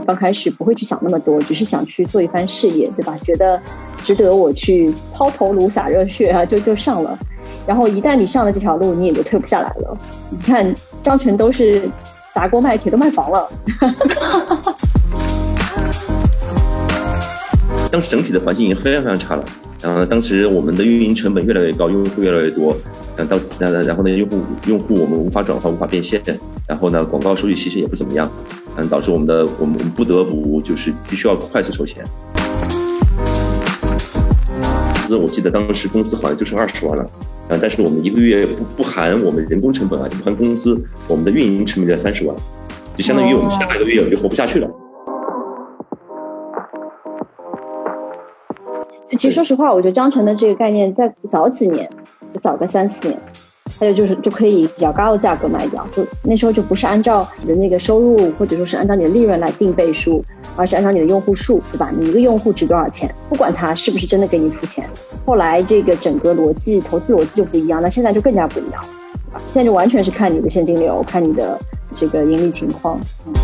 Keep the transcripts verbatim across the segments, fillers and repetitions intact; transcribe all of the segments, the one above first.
刚开始不会去想那么多，只是想去做一番事业，对吧？觉得值得我去抛头颅洒热血啊，就就上了。然后一旦你上了这条路，你也就退不下来了。你看张晨都是砸锅卖铁都卖房了。 当时整体的环境已经非常非常差了，然后当时我们的运营成本越来越高，用户越来越多，然后然后呢用户用户我们无法转化无法变现，然后呢广告收益其实也不怎么样，嗯，导致我们的我们我们不得不就是必须要快速收钱。我记得当时公司好像就剩二十万了，啊，但是我们一个月不不含我们人工成本啊，不含工资，我们的运营成本就在三十万，就相当于我们下半个月我们就活不下去了。 其实说实话，我觉得张晨的这个概念在早几年，就早个三四年，它就就是就可以比较高的价格卖掉，就那时候就不是按照你的那个收入或者说是按照你的利润来定倍数，而是按照你的用户数，对吧？你一个用户值多少钱，不管他是不是真的给你付钱。后来这个整个逻辑投资逻辑就不一样，那现在就更加不一样，对吧？现在就完全是看你的现金流，看你的这个盈利情况。嗯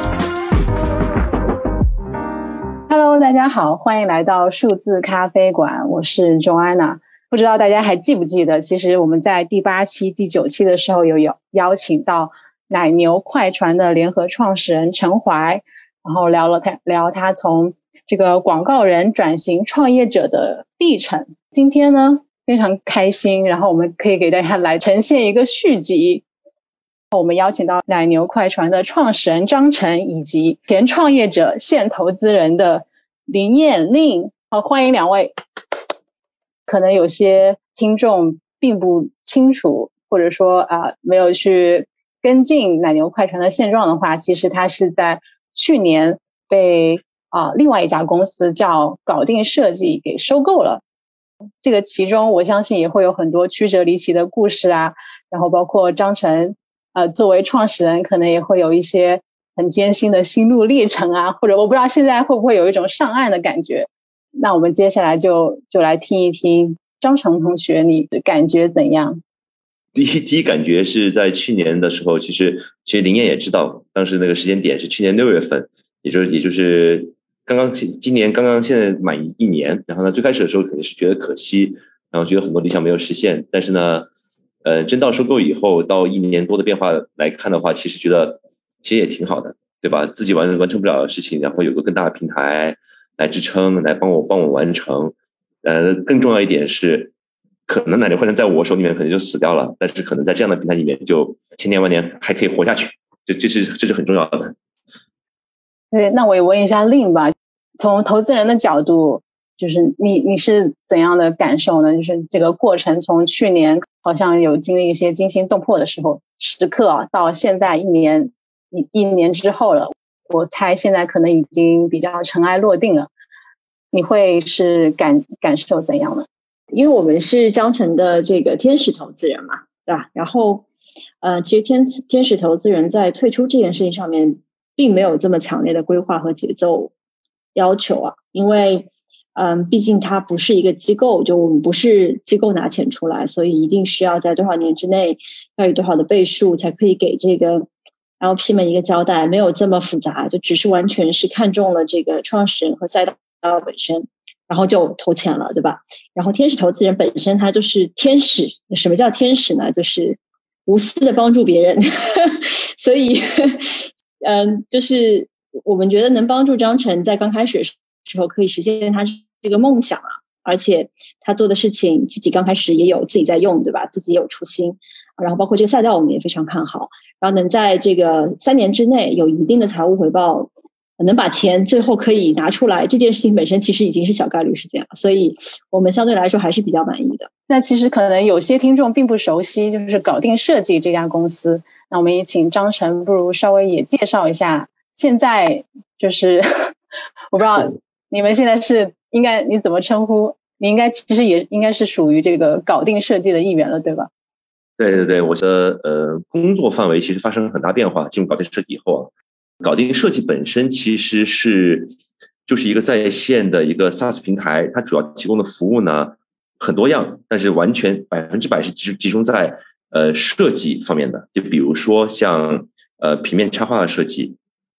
Hello， 大家好，欢迎来到数字咖啡馆，我是 Joanna。不知道大家还记不记得，其实我们在第八期、第九期的时候有有邀请到奶牛快传的联合创始人陈怀，然后聊了他聊他从这个广告人转型创业者的历程。今天呢，非常开心，然后我们可以给大家来呈现一个续集。我们邀请到奶牛快传的创始人张晨以及前创业者现投资人的林燕令，好，欢迎两位。可能有些听众并不清楚，或者说啊、呃、没有去跟进奶牛快传的现状的话，其实它是在去年被啊、呃、另外一家公司叫搞定设计给收购了。这个其中我相信也会有很多曲折离奇的故事啊，然后包括张晨呃，作为创始人可能也会有一些很艰辛的心路历程啊，或者我不知道现在会不会有一种上岸的感觉。那我们接下来就就来听一听张晨同学你的感觉怎样。 第一第一感觉是在去年的时候，其实其实林燕也知道，当时那个时间点是去年六月份，也就是也就是刚刚今年刚刚现在满一年，然后呢最开始的时候肯定是觉得可惜，然后觉得很多理想没有实现，但是呢呃，真到收购以后，到一年多的变化来看的话，其实觉得其实也挺好的，对吧？自己完完成不了的事情，然后有个更大的平台来支撑，来帮我帮我完成。呃，更重要一点是，可能奶牛快传在我手里面可能就死掉了，但是可能在这样的平台里面，就千年万年还可以活下去，这这是这是很重要的。 对，那我也问一下令吧，从投资人的角度，就是你你是怎样的感受呢？就是这个过程从去年好像有经历一些惊心动魄的时候时刻啊，到现在一年一一年之后了，我猜现在可能已经比较尘埃落定了，你会是感感受怎样呢？ 因为我们是张晨的这个天使投资人嘛，对吧？然后呃，其实天天使投资人在退出这件事情上面并没有这么强烈的规划和节奏要求啊，因为嗯，毕竟它不是一个机构，就我们不是机构拿钱出来，所以一定需要在多少年之内要有多少的倍数才可以给这个 L P 们一个交代，没有这么复杂，就只是完全是看中了这个创始人和赛道本身，然后就投钱了，对吧？然后天使投资人本身他就是天使，什么叫天使呢？就是无私的帮助别人所以嗯，就是我们觉得能帮助张晨在刚开始的时候可以实现他这个梦想啊，而且他做的事情自己刚开始也有自己在用，对吧？自己也有初心，然后包括这个赛道我们也非常看好，然后能在这个三年之内有一定的财务回报，能把钱最后可以拿出来，这件事情本身其实已经是小概率事件了，所以我们相对来说还是比较满意的。 那其实可能有些听众并不熟悉就是搞定设计这家公司，那我们也请张晨不如稍微也介绍一下现在就是我不知道你们现在是应该你怎么称呼，你应该其实也应该是属于这个搞定设计的一员了，对吧？ 对对对，我的呃工作范围其实发生了很大变化，进入搞定设计以后啊，搞定设计本身其实是就是一个在线的一个 SaaS 平台，它主要提供的服务呢很多样，但是完全百分之百是集集中在呃设计方面的，就比如说像呃平面插画的设计，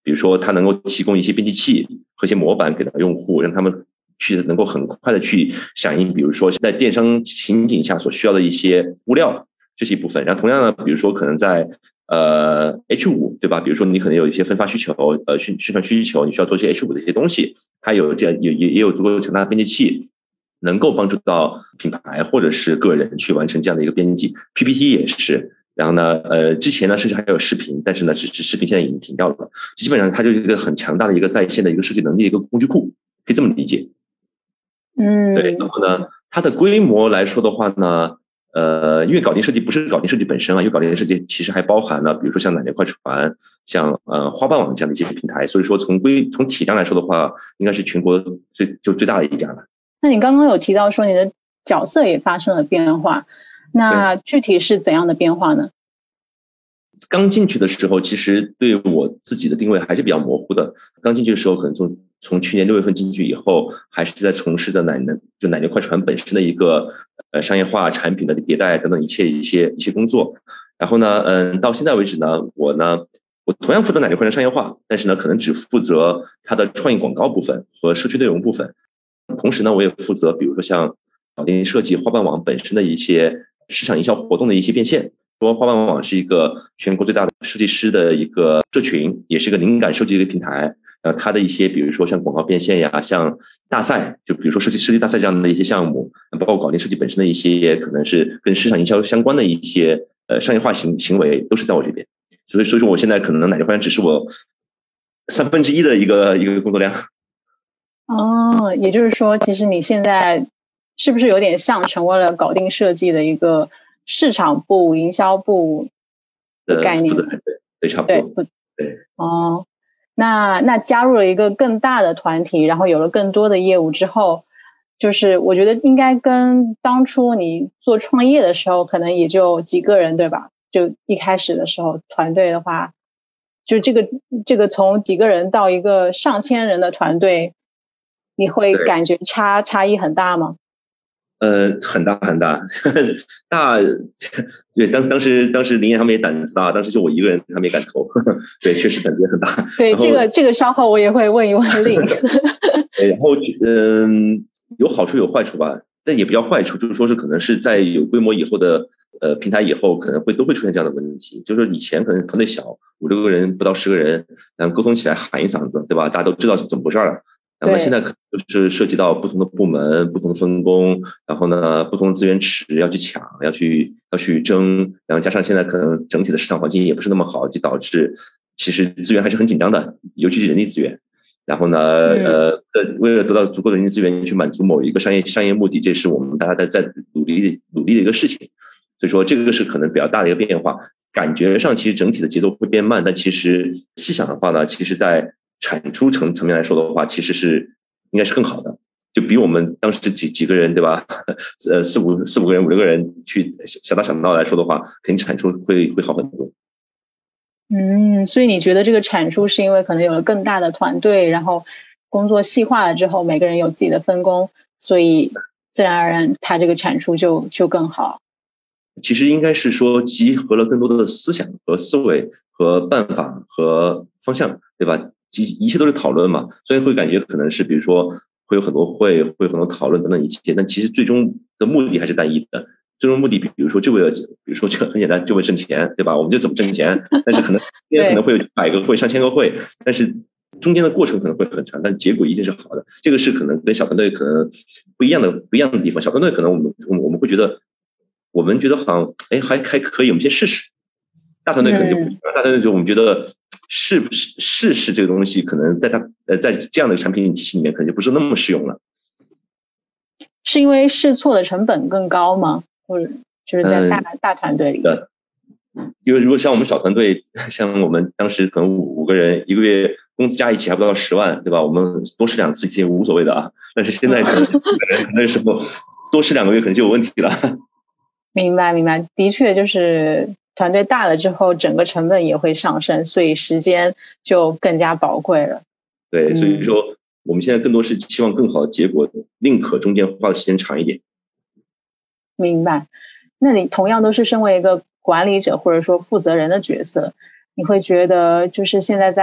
比如说它能够提供一些编辑器和一些模板给到用户，让他们去能够很快的去响应，比如说在电商情景下所需要的一些物料，这是一部分。然后同样呢，比如说可能在呃 H 五 对吧？比如说你可能有一些分发需求，呃宣宣传需求，你需要做一些 H 五 的一些东西，它有这也也也有足够强大的编辑器，能够帮助到品牌或者是个人去完成这样的一个编辑。P P T 也是。然后呢，呃，之前呢，甚至还有视频，但是呢，只是视频现在已经停掉了。基本上，它就是一个很强大的一个在线的一个设计能力的一个工具库，可以这么理解。 嗯， 对。然后呢，它的规模来说的话呢，呃，因为搞定设计不是搞定设计本身啊，因为搞定设计其实还包含了，比如说像奶牛快传、像呃花瓣网这样的一些平台，所以说从规从体量来说的话，应该是全国最就最大的一家了。 那你刚刚有提到说你的角色也发生了变化。那具体是怎样的变化呢？ 刚进去的时候，其实对我自己的定位还是比较模糊的。刚进去的时候，可能从从去年六月份进去以后，还是在从事着奶牛就奶牛快传本身的一个呃商业化产品的迭代等等一切一些一些工作。然后呢，嗯，到现在为止呢，我呢，我同样负责奶牛快传商业化，但是呢，可能只负责它的创意广告部分和社区内容部分。同时呢，我也负责比如说像搞定设计、花瓣网本身的一些市场营销活动的一些变现。说花瓣网是一个全国最大的设计师的一个社群，也是一个灵感收集的一个平台。呃，它的一些比如说像广告变现呀，像大赛，就比如说设计设计大赛这样的一些项目，包括搞定设计本身的一些可能是跟市场营销相关的一些呃商业化行行为，都是在我这边。所以所以说我现在可能奶牛快传只是我三分之一的一个一个工作量。 哦，也就是说，其实你现在是不是有点像成为了搞定设计的一个市场部、营销部的概念？ 对对，差不多。对。 哦，那那加入了一个更大的团体，然后有了更多的业务之后，就是我觉得应该跟当初你做创业的时候，可能也就几个人，对吧？就一开始的时候，团队的话，就这个这个从几个人到一个上千人的团队。你会感觉差差异很大吗？ 呃，很大很大，大，对，当当时当时林燕他们也胆子大，当时就我一个人，他们也敢投，对，确实感觉很大。 对，这个这个稍后我也会问一问Link。 然后嗯，有好处有坏处吧，但也不叫坏处，就是说是可能是在有规模以后的呃平台以后，可能会都会出现这样的问题，就是以前可能团队小，五六个人不到十个人，然后沟通起来喊一嗓子，对吧？大家都知道是怎么回事了。那么现在可能就是涉及到不同的部门、不同的分工，然后呢，不同的资源池要去抢、要去要去争，然后加上现在可能整体的市场环境也不是那么好，就导致其实资源还是很紧张的，尤其是人力资源。然后呢，呃，为了得到足够的人力资源去满足某一个商业商业目的，这是我们大家在在努力努力的一个事情。所以说，这个是可能比较大的一个变化。感觉上其实整体的节奏会变慢，但其实细想的话呢，其实在产出层层面来说的话，其实是应该是更好的，就比我们当时几几个人对吧？呃，四五四五个人、五六个人去小打小闹来说的话，肯定产出会会好很多。 嗯，所以你觉得这个产出是因为可能有了更大的团队，然后工作细化了之后，每个人有自己的分工，所以自然而然它这个产出就就更好。 其实应该是说集合了更多的思想和思维和办法和方向，对吧？一切都是讨论嘛，所以会感觉可能是比如说会有很多会会有很多讨论等等一切，但其实最终的目的还是单一的。最终目的比如说就为了，比如说就很简单，就为挣钱，对吧？我们就怎么挣钱，但是可能今天可能会有一百个会、上千个会，但是中间的过程可能会很长，但结果一定是好的。这个是可能跟小团队可能不一样的不一样的地方。小团队可能我们我们会觉得，我们觉得好像哎还还可以，我们先试试。大团队可能就不一样，大团队就我们觉得试试试这个东西，可能在它呃在这样的产品体系里面，可能就不是那么适用了。 是因为试错的成本更高吗？或者就是在大、嗯、大团队里？ 对，因为如果像我们小团队，像我们当时可能五五个人，一个月工资加一起还不到十万，对吧？我们多试两次其实无所谓的啊。但是现在可能那时候多试两个月可能就有问题了。 明白明白，的确就是团队大了之后，整个成本也会上升，所以时间就更加宝贵了。 对，所以说我们现在更多是期望更好的结果，宁可中间花的时间长一点。 明白。那你同样都是身为一个管理者或者说负责人的角色，你会觉得就是现在在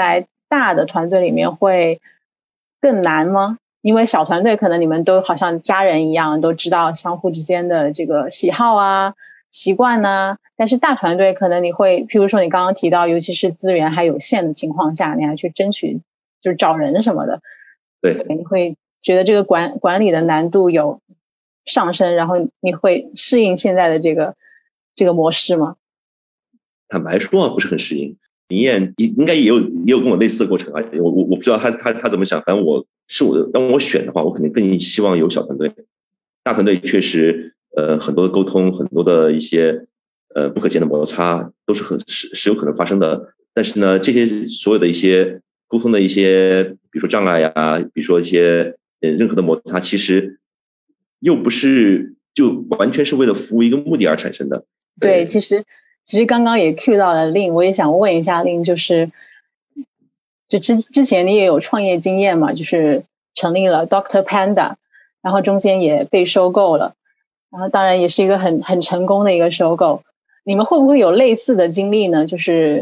大的团队里面会更难吗？因为小团队可能你们都好像家人一样，都知道相互之间的这个喜好啊、习惯啊，但是大团队可能你会，譬如说你刚刚提到，尤其是资源还有限的情况下，你还去争取就是找人什么的， 对， 你会觉得这个管管理的难度有上升，然后你会适应现在的这个这个模式吗？ 坦白说不是很适应。林燕应该也有也有跟我类似的过程啊，我我我不知道他他他怎么想，反正我是我让我选的话，我肯定更希望有小团队。大团队确实呃很多的沟通，很多的一些呃不可见的摩擦都是很是是有可能发生的。但是呢，这些所有的一些沟通的一些比如说障碍呀、啊，比如说一些呃任何的摩擦，其实又不是就完全是为了服务一个目的而产生的。 对，对其实其实刚刚也 cue 到了令，我也想问一下令，就是就之之前你也有创业经验嘛，就是成立了 Doctor Panda， 然后中间也被收购了，然后当然也是一个很很成功的一个收购。你们会不会有类似的经历呢？就是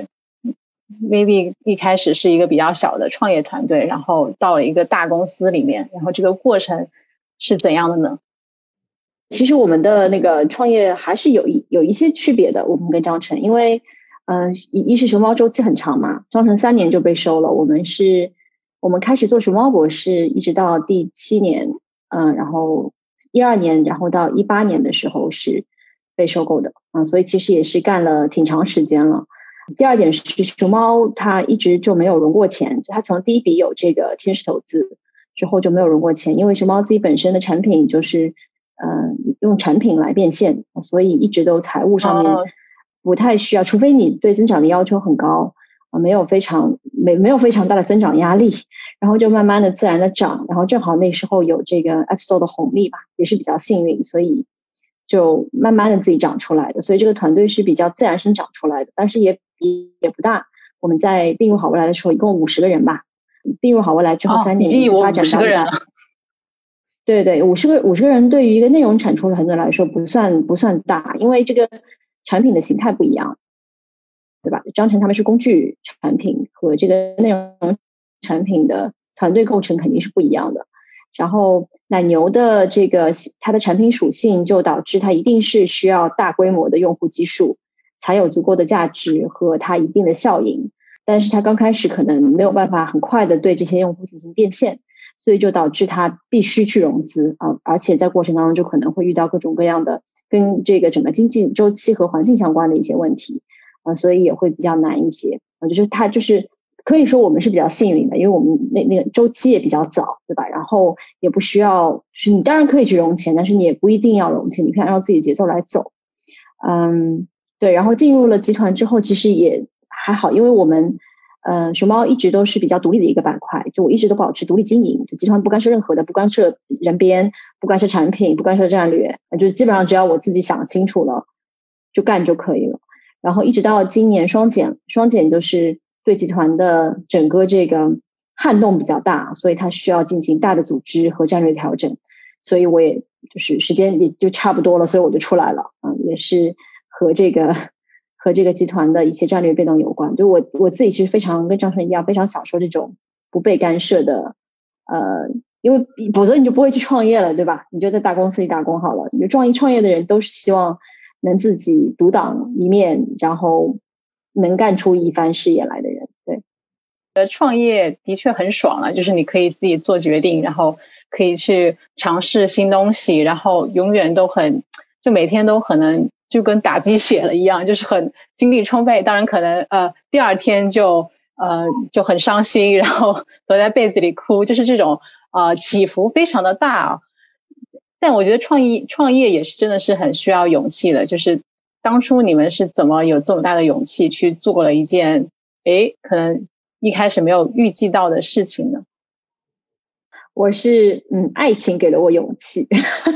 maybe 一开始是一个比较小的创业团队，然后到了一个大公司里面，然后这个过程是怎样的呢？ 其实我们的那个创业还是有一有一些区别的，我们跟章程，因为呃，一是熊猫周期很长嘛，章程三年就被收了，我们是我们开始做熊猫博士一直到第七年，嗯、呃，然后一二年，然后到一八年的时候是被收购的，啊、呃，所以其实也是干了挺长时间了。第二点是熊猫它一直就没有融过钱，它从第一笔有这个天使投资之后就没有融过钱，因为熊猫自己本身的产品就是呃用产品来变现，所以一直都财务上面不太需要，除非你对增长的要求很高啊，没有非常没没有非常大的增长压力，然后就慢慢的自然的涨，然后正好那时候有这个 App Store 的红利吧，也是比较幸运，所以就慢慢的自己长出来的，所以这个团队是比较自然生长出来的，但是也也不大。我们在并入好未来的时候，一共五十个人吧。并入好未来之后三年， 已经有发展到五十个人了。 对对，五十个五十个人对于一个内容产出的团队来说不算不算大，因为这个产品的形态不一样，对吧？章程他们是工具产品和这个内容产品的团队构成肯定是不一样的。然后奶牛的这个它的产品属性就导致它一定是需要大规模的用户基数才有足够的价值和它一定的效应，但是它刚开始可能没有办法很快的对这些用户进行变现，所以就导致它必须去融资啊，而且在过程当中就可能会遇到各种各样的跟这个整个经济周期和环境相关的一些问题啊，所以也会比较难一些啊，就是它就是可以说我们是比较幸运的，因为我们那那个周期也比较早，对吧？然后也不需要，就是你当然可以去融钱，但是你也不一定要融钱，你可以按照自己的节奏来走。嗯，对。然后进入了集团之后，其实也还好，因为我们呃熊猫一直都是比较独立的一个板块，就我一直都保持独立经营，就集团不干涉任何的，不干涉人编，不干涉产品，不干涉战略，就基本上只要我自己想清楚了就干就可以了。然后一直到今年双减，双减就是对集团的整个这个撼动比较大，所以它需要进行大的组织和战略调整，所以我也就是时间也就差不多了，所以我就出来了啊、嗯，也是和这个和这个集团的一些战略变动有关。就我我自己其实非常跟张晨一样，非常享受这种不被干涉的，呃，因为否则你就不会去创业了，对吧？你就在大公司里打工好了。你就创业创业的人都是希望能自己独当一面，然后能干出一番事业来的人。对， 呃，创业的确很爽了，就是你可以自己做决定，然后可以去尝试新东西，然后永远都很就每天都可能就跟打鸡血了一样，就是很精力充沛。当然可能呃第二天就呃就很伤心，然后躲在被子里哭，就是这种呃起伏非常的大。但我觉得创业创业也是真的是很需要勇气的，就是当初你们是怎么有这么大的勇气去做了一件诶可能一开始没有预计到的事情呢？ 我是嗯，爱情给了我勇气。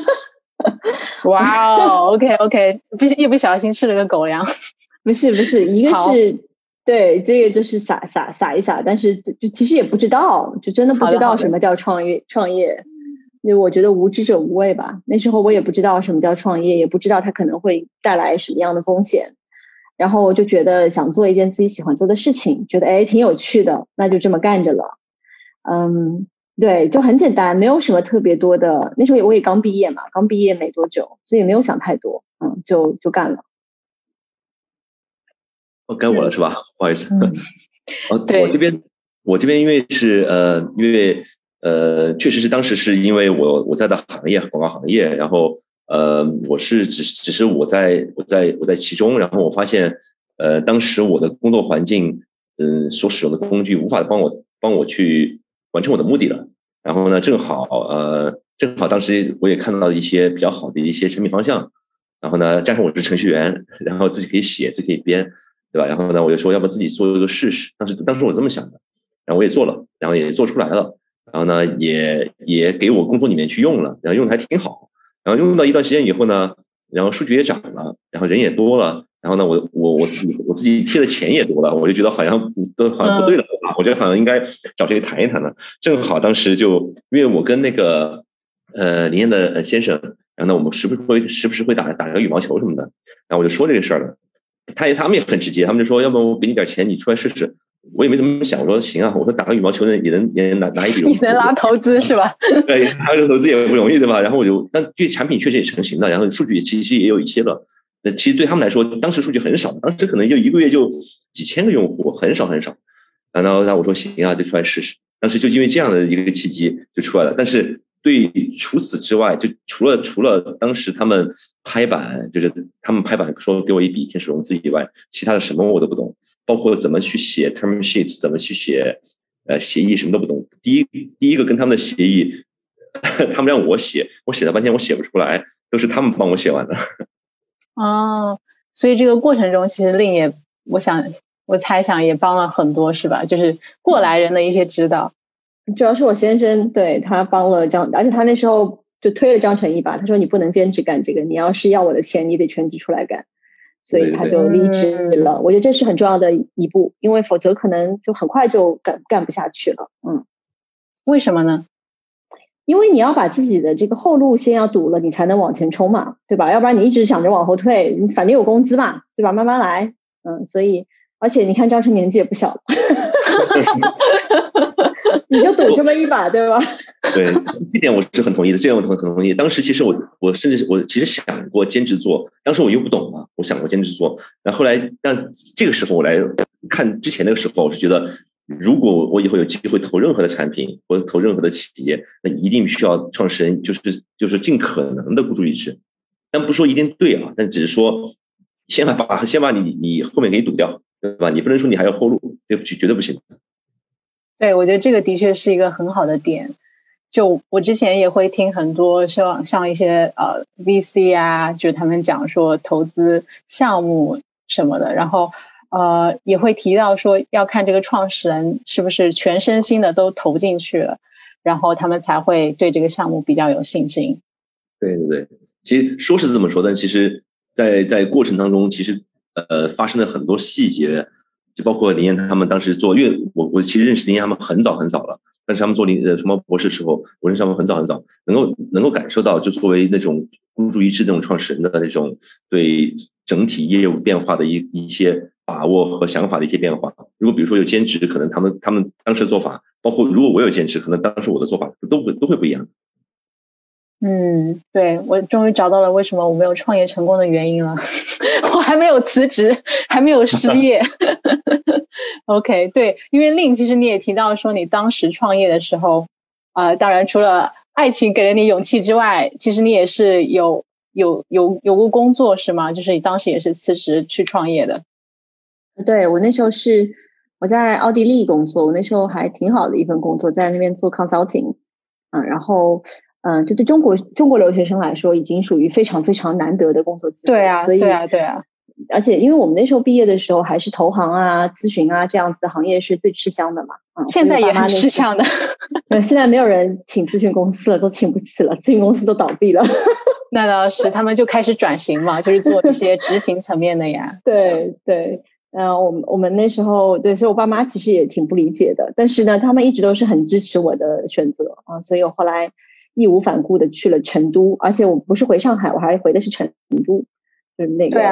哇哦 ，OK OK， 不一不小心吃了个狗粮。 不是不是，一个是对这个就是撒撒撒一撒，但是就就其实也不知道，就真的不知道什么叫创业创业。就我觉得无知者无畏吧。那时候我也不知道什么叫创业，也不知道它可能会带来什么样的风险。 然后我就觉得想做一件自己喜欢做的事情，觉得哎挺有趣的，那就这么干着了。嗯，对，就很简单，没有什么特别多的。那时候我也刚毕业嘛，刚毕业没多久，所以也没有想太多，嗯，就就干了。 哦，该我了是吧？不好意思。 嗯， 哦，我这边我这边因为是呃，因为呃，确实是当时是因为我我在的行业广告行业，然后呃，我是只只是我在我在我在其中，然后我发现呃，当时我的工作环境嗯、呃、所使用的工具无法帮我帮我去完成我的目的了。然后呢，正好呃正好当时我也看到一些比较好的一些产品方向，然后呢，加上我是程序员，然后自己可以写，自己可以编，对吧？然后呢，我就说要不自己做一个试试。当时当时我这么想的，然后我也做了，然后也做出来了，然后呢，也也给我工作里面去用了，然后用的还挺好。然后用到一段时间以后呢，然后数据也涨了，然后人也多了，然后呢，我我我自己我自己贴的钱也多了，我就觉得好像都好像不对了啊，嗯、我觉得好像应该找谁谈一谈了。正好当时就因为我跟那个呃林燕的先生，然后呢，我们时不时会时不时会打打个羽毛球什么的，然后我就说这个事儿了。他也他们也很直接，他们就说要不我给你点钱，你出来试试。我也没怎么想，我说行啊，我说打个羽毛球呢也能也能拿拿一笔， 你能拿投资是吧？ 对，拿个投资也不容易对吧？然后我就，但这产品确实也成型了，然后数据其实也有一些了。那其实对他们来说，当时数据很少，当时可能就一个月就几千个用户，很少很少。然后然后我说行啊，就出来试试。当时就因为这样的一个契机就出来了，但是对除此之外，就除了除了当时他们拍板，就是他们拍板说给我一笔天使融资以外，其他的什么我都不懂。包括怎么去写 term sheets， 怎么去写呃协议，什么都不懂。第一第一个跟他们的协议，他们让我写，我写了半天我写不出来，都是他们帮我写完的。 哦，所以这个过程中，其实令也，我想我猜想也帮了很多，是吧？就是过来人的一些指导。 主要是我先生对他帮了张，而且他那时候就推了张成一把，他说你不能兼职干这个，你要是要我的钱，你得全职出来干。所以他就离职了。我觉得这是很重要的一步，因为否则可能就很快就干干不下去了。嗯， 为什么呢？ 因为你要把自己的这个后路先要堵了，你才能往前冲嘛，对吧？要不然你一直想着往后退，你反正有工资嘛，对吧？慢慢来。嗯，所以而且你看张成年纪也不小了，你就赌这么一把，对吧？ 对，这点我是很同意的，这点我很很同意。当时其实我我甚至我其实想过兼职做，当时我又不懂嘛，我想过兼职做。然后后来，但这个时候我来看之前那个时候，我是觉得，如果我以后有机会投任何的产品或者投任何的企业，那一定需要创始人就是就是尽可能的孤注一掷。但不说一定对啊，但只是说先把先把你你后面给你堵掉，对吧？你不能说你还有后路，这绝对不行。 对，我觉得这个的确是一个很好的点。就我之前也会听很多像像一些呃 V C 啊，就是他们讲说投资项目什么的，然后呃也会提到说要看这个创始人是不是全身心的都投进去了，然后他们才会对这个项目比较有信心。 对对对，其实说是这么说，但其实在在过程当中，其实呃发生了很多细节，就包括林燕他们当时做，因为我我其实认识林燕他们很早很早了。但是他们做林呃熊猫博士的时候，我认识他们很早很早，能够能够感受到，就作为那种孤注一掷那种创始人的那种对整体业务变化的一一些把握和想法的一些变化。如果比如说有兼职，可能他们他们当时的做法，包括如果我有兼职，可能当时我的做法都会都会不一样。 嗯，对，我终于找到了为什么我没有创业成功的原因了。我还没有辞职，还没有失业。OK， 对，因为令其实你也提到说你当时创业的时候，呃，当然除了爱情给了你勇气之外，其实你也是有有有有过工作是吗？就是你当时也是辞职去创业的。 对，我那时候是我在奥地利工作，我那时候还挺好的一份工作，在那边做 consulting， 嗯、呃，然后。嗯，就对中国中国留学生来说，已经属于非常非常难得的工作机会。 对啊， 所以对啊，对啊。 而且，因为我们那时候毕业的时候，还是投行啊、咨询啊这样子的行业是最吃香的嘛。嗯， 现在也很吃香的。 对，现在没有人请咨询公司了，都请不起了，咨询公司都倒闭了。 那倒是，他们就开始转型嘛，就是做一些执行层面的呀。 对对，嗯、呃，我们我们那时候对，所以我爸妈其实也挺不理解的，但是呢，他们一直都是很支持我的选择啊、呃，所以我后来。义无反顾的去了成都，而且我不是回上海，我还回的是成都，就是那个、 对啊、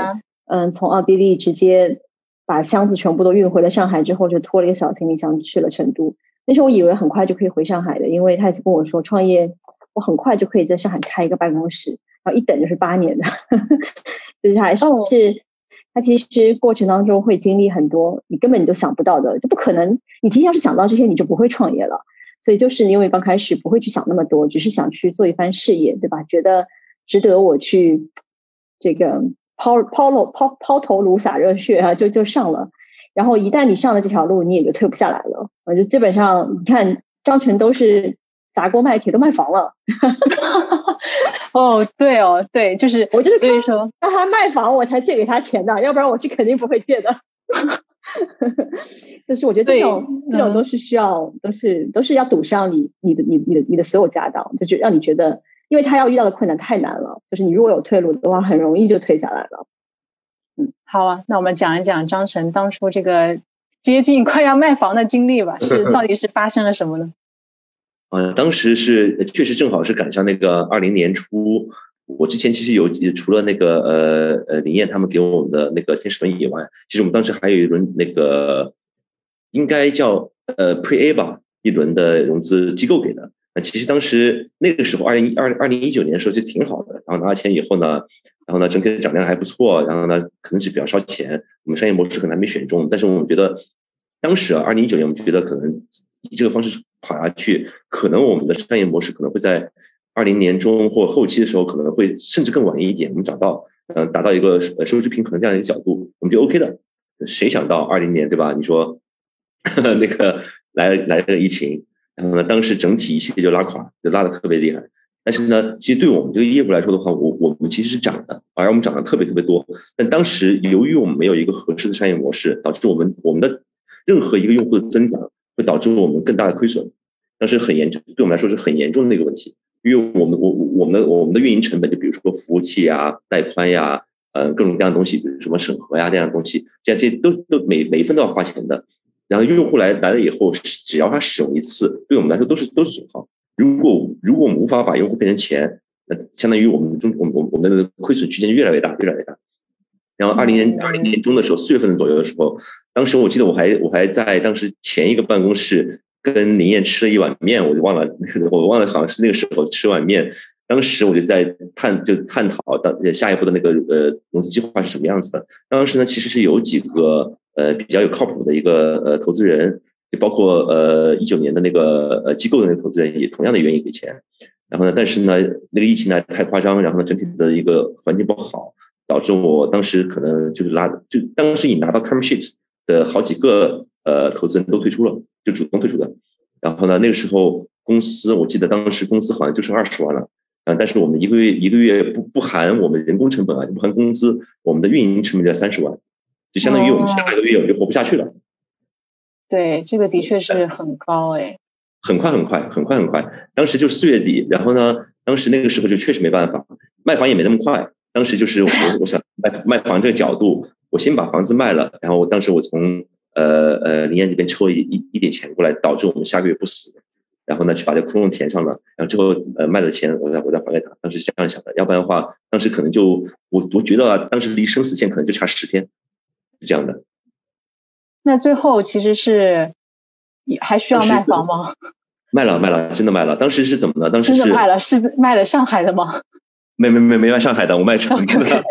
嗯，从奥地利直接把箱子全部都运回了上海之后，就拖了一个小行李箱去了成都。那时候我以为很快就可以回上海的，因为他也是跟我说创业我很快就可以在上海开一个办公室，然后一等就是八年的就是还是、哦、他其实过程当中会经历很多你根本就想不到的，就不可能你提前要是想到这些你就不会创业了，所以就是因为刚开始不会去想那么多，只是想去做一番事业，对吧？觉得值得我去这个抛抛抛抛头颅洒热血啊，就就上了。然后一旦你上了这条路，你也就退不下来了。我就基本上你看张晨都是砸锅卖铁都卖房了。 哦，对哦，对，就是我就是所以说让他卖房我才借给他钱的，要不然我是肯定不会借的。就是我觉得这种这种都是需要、嗯、都是都是要赌上你你的你你的你的所有家当，就让你觉得，因为他要遇到的困难太难了，就是你如果有退路的话，很容易就退下来了。 嗯，好啊，那我们讲一讲张晨当初这个接近快要卖房的经历吧，是到底是发生了什么呢？ 呃，当时是确实正好是赶上那个二零年初，我之前其实有除了那个呃呃林燕他们给我们的那个天使轮以外，其实我们当时还有一轮那个应该叫呃 Pre A 吧，一轮的融资机构给的。那其实当时那个时候二零二二零一九年的时候就挺好的，然后拿了钱以后呢，然后呢整体的涨量还不错，然后呢可能是比较烧钱，我们商业模式可能还没选中，但是我们觉得当时啊二零一九年我们觉得可能以这个方式跑下去，可能我们的商业模式可能会在二零年中或后期的时候可能会甚至更晚一点，我们找到嗯、呃、达到一个收支平衡这样一个角度，我们就 OK 的。谁想到二零年对吧？你说呵呵那个来来了个疫情。然后呢，当时整体一切就拉垮，就拉得特别厉害。但是呢，其实对我们这个业务来说的话，我我们其实是涨的，而我们涨得特别特别多。但当时由于我们没有一个合适的商业模式，导致我们我们的任何一个用户的增长会导致我们更大的亏损。当时很严重，对我们来说是很严重的一个问题，因为我们我我们的我们的运营成本，就比如说服务器啊、带宽呀、呃各种各样的东西，比如什么审核呀这样的东西，这样这都都每每一分都要花钱的。然后用户来来了以后，只要他使用一次，对我们来说都是都是损耗。如果如果我们无法把用户变成钱，那相当于我们中我们我们的亏损区间越来越大，越来越大。然后二零年二零年中的时候，四月份左右的时候，当时我记得我还我还在当时前一个办公室跟林燕吃了一碗面，我就忘了我忘了好像是那个时候吃碗面。当时我就在探就探讨到下一步的那个呃融资计划是什么样子的。当时呢，其实是有几个呃比较有靠谱的一个呃投资人，就包括呃一九年的那个呃机构的那个投资人也同样的愿意给钱。然后呢，但是呢那个疫情呢太夸张，然后呢整体的一个环境不好，导致我当时可能就是拉就当时已拿到 term sheet 的好几个呃投资人都退出了，就主动退出的。然后呢那个时候公司我记得当时公司好像就剩二十万了。嗯，但是我们一个月一个月不不含我们人工成本啊，就不含工资，我们的运营成本就在三十万，就相当于我们下个月我们就活不下去了。哦、 对，这个的确是很高哎。 很快很快很快很快，当时就四月底，然后呢，当时那个时候就确实没办法，卖房也没那么快。当时就是我我想卖卖房这个角度，我先把房子卖了，然后我当时我从呃呃林燕这边抽一一一点钱过来，导致我们下个月不死。然后呢，去把这个窟窿填上了，然后之后呃卖了钱，我再我再还给他。当时是这样想的，要不然的话，当时可能就我我觉得啊，当时离生死线可能就差十天，是这样的。 那最后其实是还需要卖房吗？ 卖了卖了，真的卖了。当时是怎么呢？当时是真的卖了，是卖了上海的吗？ 没没没没卖上海的，我卖成都的。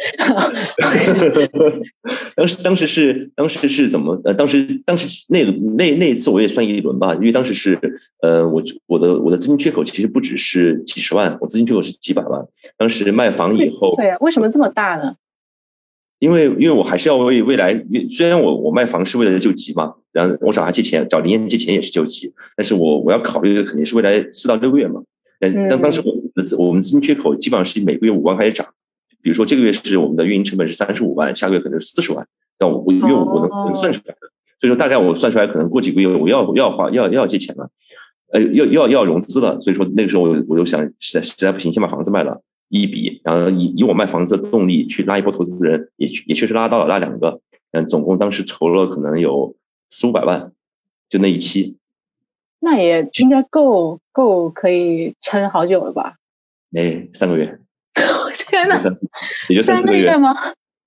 当时当时是当时是怎么？呃，当时当时那个那那一次我也算一轮吧，因为当时是呃，我我的我的资金缺口其实不只是几十万，我资金缺口是几百万。当时卖房以后， 对啊，为什么这么大呢？ 因为因为我还是要为未来，虽然我我卖房是为了救急嘛，然后我找他借钱，找林燕借钱也是救急，但是我我要考虑的肯定是未来四到六个月嘛。但但当时我们的我们资金缺口基本上是每个月五万开始涨，比如说这个月是我们的运营成本是三十五万，下个月可能是四十万，但我因为我能算出来的，所以说大概我算出来可能过几个月我要要花要要借钱了，呃要要要融资了，所以说那个时候我我就想实在实在不行先把房子卖了一笔，然后以以我卖房子的动力去拉一波投资人，也也确实拉到了拉两个，嗯，总共当时筹了可能有四五百万，就那一期。 那也应该够够可以撑好久了吧？ 哎，三个月。 天哪， 也就三个月吗？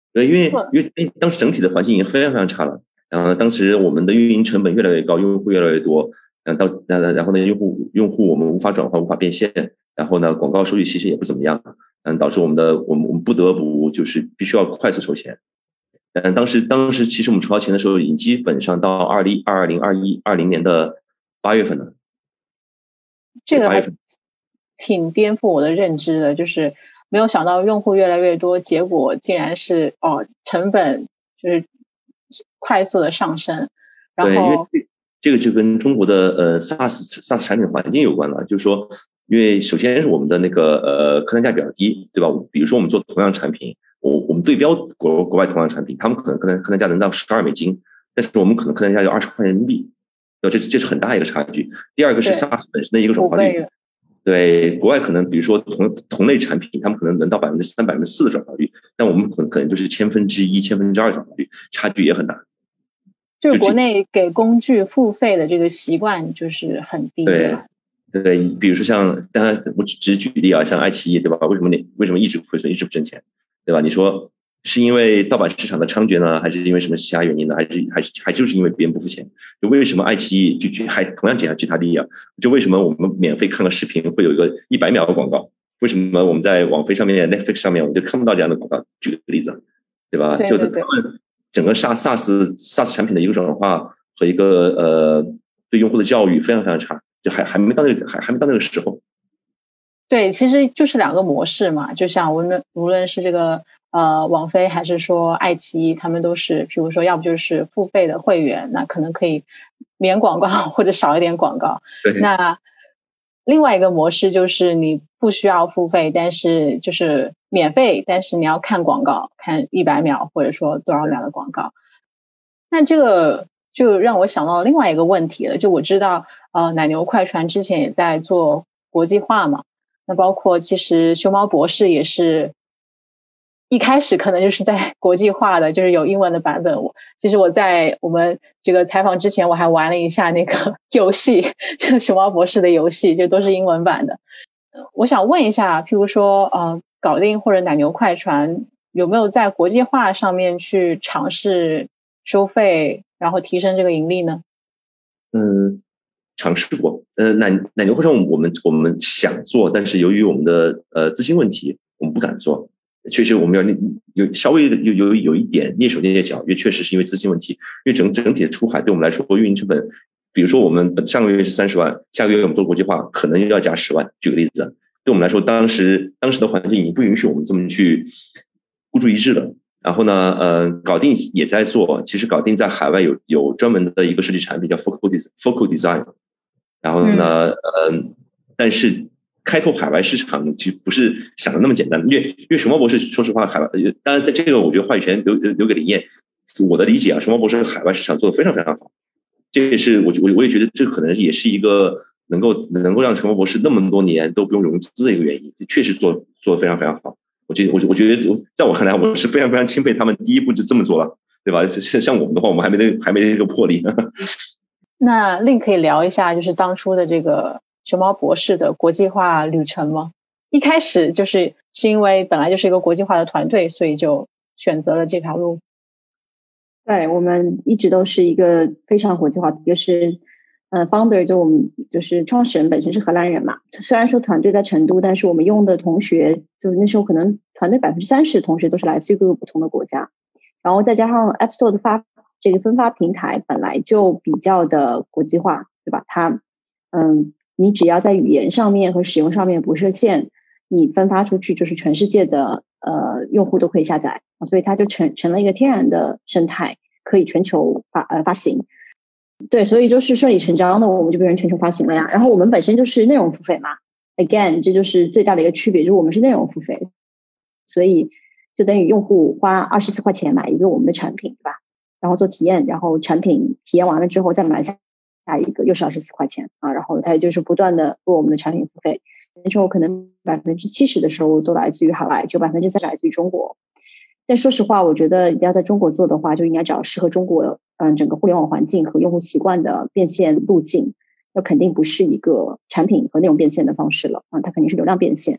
对，因为因为当时整体的环境已经非常非常差了，然后呢，当时我们的运营成本越来越高，用户越来越多，然后到然后呢，用户用户我们无法转换，无法变现，然后呢，广告收益其实也不怎么样，嗯，导致我们的我们我们不得不就是必须要快速筹钱。嗯，当时当时其实我们筹到钱的时候，已经基本上到二零二零二一二零年的八月份了。 这个还挺颠覆我的认知的，就是没有想到用户越来越多，结果竟然是哦成本就是快速的上升。然后对，因为这个就跟中国的呃 SaaS SaaS 产品环境有关了，就是说，因为首先是我们的那个呃客单价比较低，对吧？比如说我们做同样产品。我我们对标国国外同样产品，他们可能客单客单价能到十二美金，但是我们可能客单价要二十块人民币，这这是很大一个差距。第二个是 SaaS 本身的一个转化率，对，国外可能比如说同同类产品，他们可能能到百分之三、百分之四的转化率，但我们可能可能就是千分之一、千分之二转化率，差距也很大。 就是国内给工具付费的这个习惯就是很低的。 对对，比如说像，当然我只是举例啊，像爱奇艺，对吧？为什么你为什么一直亏损，一直不挣钱？对吧？你说是因为盗版市场的猖獗呢，还是因为什么其他原因呢？还是还是还就是因为别人不付钱？就为什么爱奇艺就还同样捡下去它利益啊？就为什么我们免费看个视频会有一个一百秒的广告？为什么我们在网飞上面、Netflix 上面我们就看不到这样的广告？举个例子，对吧？ 对对对， 就他们整个 SaaS SaaS 产品的一个转化和一个呃对用户的教育非常非常差，就还还没到那个还还没到那个时候。 对，其实就是两个模式嘛，就像无论无论是这个呃网飞还是说爱奇艺，他们都是，譬如说要不就是付费的会员，那可能可以免广告或者少一点广告。那另外一个模式就是你不需要付费，但是就是免费，但是你要看广告，看一百秒或者说多少秒的广告。那这个就让我想到了另外一个问题了，就我知道呃奶牛快传之前也在做国际化嘛。那包括其实熊猫博士也是一开始可能就是在国际化的，就是有英文的版本。我其实我在我们这个采访之前我还玩了一下那个游戏，就是熊猫博士的游戏，就都是英文版的。我想问一下，譬如说呃搞定或者奶牛快传有没有在国际化上面去尝试收费，然后提升这个盈利呢？ 嗯。尝试过，呃，奶奶牛快传我们我们想做，但是由于我们的呃资金问题，我们不敢做。确实，我们要有稍微有有有一点蹑手蹑脚，因为确实是因为资金问题。因为整整体的出海对我们来说，运营成本，比如说我们上个月是三十万，下个月我们做国际化可能要加十万。举个例子，对我们来说，当时当时的环境已经不允许我们这么去孤注一掷了。然后呢，呃，搞定也在做。其实搞定在海外有有专门的一个设计产品叫 Focal Focal Design。然后呢，嗯、呃，但是开拓海外市场就不是想的那么简单，因为因为熊猫博士说实话，海外当然这个我觉得话语权留留给李燕。我的理解啊，熊猫博士海外市场做得非常非常好，这也是我我我也觉得这可能也是一个能够能够让熊猫博士那么多年都不用融资的一个原因，确实做做得非常非常好。我觉得我我觉得在我看来，我是非常非常钦佩他们第一步就这么做了，对吧？像我们的话，我们还没那还没那个魄力。 那另可以聊一下，就是当初的这个熊猫博士的国际化旅程吗？一开始就是是因为本来就是一个国际化的团队，所以就选择了这条路。 对，我们一直都是一个非常国际化的，就是呃 ，founder 就我们就是创始人本身是荷兰人嘛，虽然说团队在成都，但是我们用的同学就是那时候可能团队百分之三十的同学都是来自于各个不同的国家，然后再加上 App Store 的发这个分发平台本来就比较的国际化，对吧？它嗯，你只要在语言上面和使用上面不设限，你分发出去就是全世界的呃用户都可以下载，所以它就成成了一个天然的生态，可以全球发呃发行。对，所以就是顺理成章的，我们就变成全球发行了呀。然后我们本身就是内容付费嘛 ，again 这就是最大的一个区别，就是我们是内容付费，所以就等于用户花二十四块钱买一个我们的产品，对吧？然后做体验，然后产品体验完了之后再买下下一个，又是二十四块钱啊。然后它就是不断的做我们的产品付费，那时候可能百分之七十的收入都来自于海外，就百分之三十来自于中国。但说实话，我觉得要在中国做的话，就应该找适合中国嗯整个互联网环境和用户习惯的变现路径。那肯定不是一个产品和内容变现的方式了啊，它肯定是流量变现。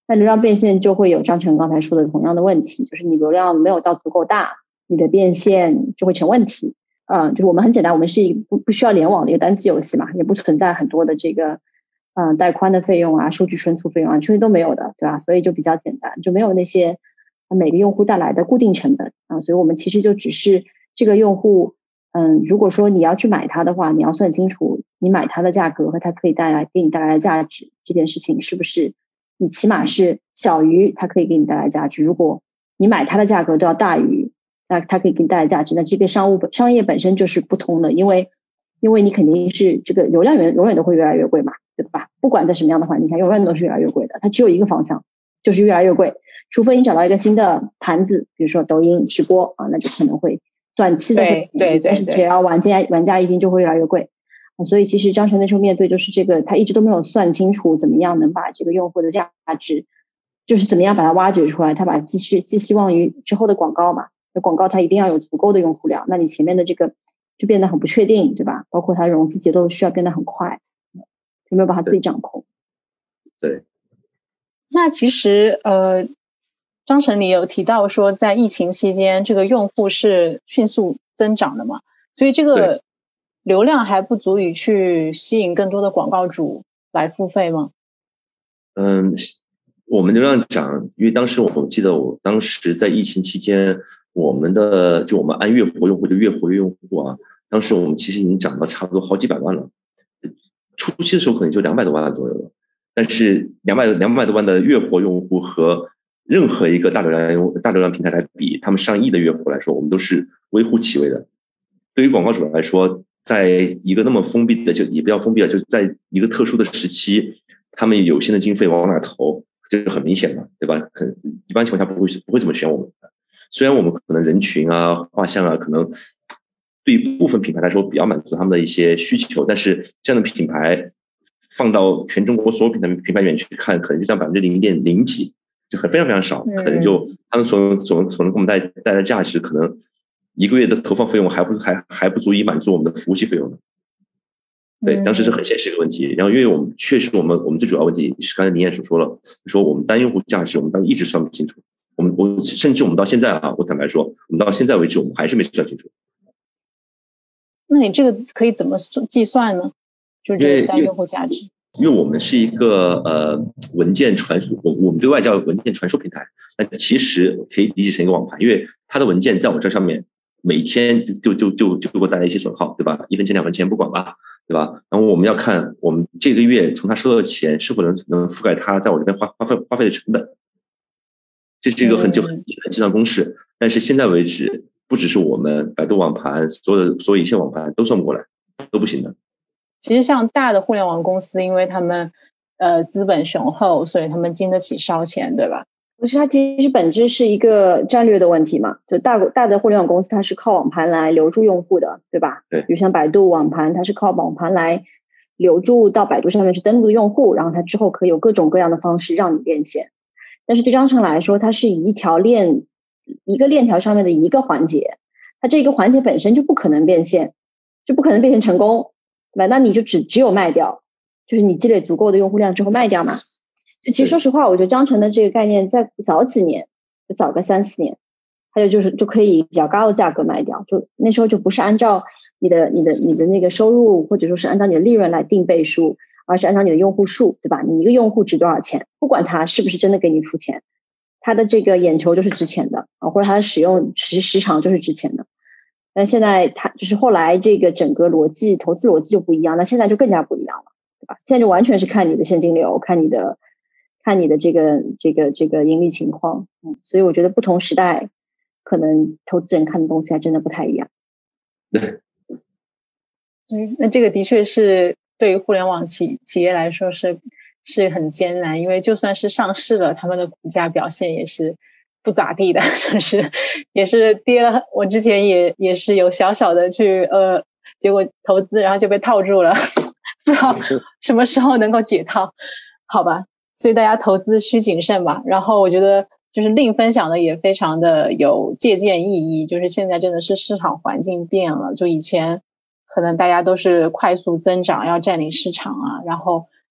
那流量变现就会有张晨刚才说的同样的问题，就是你流量没有到足够大，你的变现就会成问题。嗯、呃，就是我们很简单，我们是一个不不需要联网的一个单机游戏嘛，也不存在很多的这个嗯、呃带宽的费用啊、数据存储费用啊，这些都没有的，对吧？所以就比较简单，就没有那些每个用户带来的固定成本啊，所以我们其实就只是这个用户，嗯，如果说你要去买它的话，你要算清楚你买它的价格和它可以带来给你带来的价值这件事情是不是你起码是小于它可以给你带来的价值。如果你买它的价格都要大于那它可以给你带来的价值，那这个商务商业本身就是不通的，因为因为你肯定是这个流量源永远都会越来越贵嘛，对吧？不管在什么样的环境下，永远都是越来越贵的，它只有一个方向，就是越来越贵。除非你找到一个新的盘子，比如说抖音直播啊，那就可能会短期的会， 对对对， 但是只要玩家玩家一定就会越来越贵。啊、所以其实张晨那时候面对就是这个，他一直都没有算清楚怎么样能把这个用户的价值，就是怎么样把它挖掘出来。他把继续寄希望于之后的广告嘛，那广告它一定要有足够的用户量，那你前面的这个就变得很不确定，对吧？包括它融资节奏需要变得很快，有没有把它自己掌控？ 对。 那其实呃。张晨你有提到说在疫情期间这个用户是迅速增长的嘛，所以这个流量还不足以去吸引更多的广告主来付费吗？ 嗯，我们流量涨，因为当时我记得我当时在疫情期间，我们的就我们按月活用户的月活跃用户啊，当时我们其实已经涨到差不多好几百万了，初期的时候可能就两百多万左右了，但是两百两百多万的月活用户和任何一个大流量大流量平台来比，他们上亿的月活来说，我们都是微乎其微的。对于广告主来说，在一个那么封闭的，就也不要封闭了，就是在一个特殊的时期，他们有限的经费往哪投，这是很明显的，对吧？可能一般情况下不会不会这么选我们的。虽然我们可能人群啊、画像啊，可能对于部分品牌来说比较满足他们的一些需求，但是这样的品牌放到全中国所有品牌品牌里面去看，可能就占百分之零点零几。就很非常非常少，可能就他们所所所能给我们带带来的价值，可能一个月的投放费用还不还还不足以满足我们的服务器费用的。对，当时是很现实一个问题。然后因为我们确实我们我们最主要问题是刚才林燕所说了，说我们单用户价值我们当时一直算不清楚，我们我甚至我们到现在啊，我坦白说，我们到现在为止我们还是没算清楚。 那你这个可以怎么计算呢？就是这个单用户价值。 因为我们是一个呃文件传输，我我们对外叫文件传输平台，那其实可以理解成一个网盘，因为它的文件在我这上面每天就就就就给我带来一些损耗，对吧？一分钱两分钱不管吧，对吧？然后我们要看我们这个月从他收到的钱是否能能覆盖他在我这边花花费花费的成本，这是一个很就很简单的计算公式。但是现在为止，不只是我们百度网盘，所有的所有一线网盘都算不过来，都不行的。 其实像大的互联网公司，因为他们呃资本雄厚，所以他们经得起烧钱，对吧？ 不是，它其实本质是一个战略的问题嘛。就大大的互联网公司，它是靠网盘来留住用户的，对吧？ 对。 比如像百度网盘，它是靠网盘来留住到百度上面去登录的用户，然后它之后可以有各种各样的方式让你变现。但是对张晨来说，它是一条链一个链条上面的一个环节，它这个环节本身就不可能变现，就不可能变现成功。对吧？那你就只只有卖掉，就是你积累足够的用户量之后卖掉嘛。其实说实话，我觉得张晨的这个概念在早几年，就早个三四年，它就就是就可以比较高的价格卖掉。就那时候就不是按照你的你的你的那个收入，或者说是按照你的利润来定倍数，而是按照你的用户数，对吧？你一个用户值多少钱，不管他是不是真的给你付钱，他的这个眼球就是值钱的啊，或者他的使用时时长就是值钱的。但现在它就是后来这个整个逻辑投资逻辑就不一样，那现在就更加不一样了，对吧？现在就完全是看你的现金流，看你的看你的这个这个这个盈利情况，嗯，所以我觉得不同时代可能投资人看的东西还真的不太一样。 对， 嗯，那这个的确是对于互联网企企业来说是是很艰难，因为就算是上市了，他们的股价表现也是不咋地的，就是也是跌了。我之前也也是有小小的去呃，结果投资然后就被套住了，不知道什么时候能够解套，好吧？所以大家投资需谨慎吧。然后我觉得就是令分享的也非常的有借鉴意义，就是现在真的是市场环境变了，就以前可能大家都是快速增长要占领市场啊，然后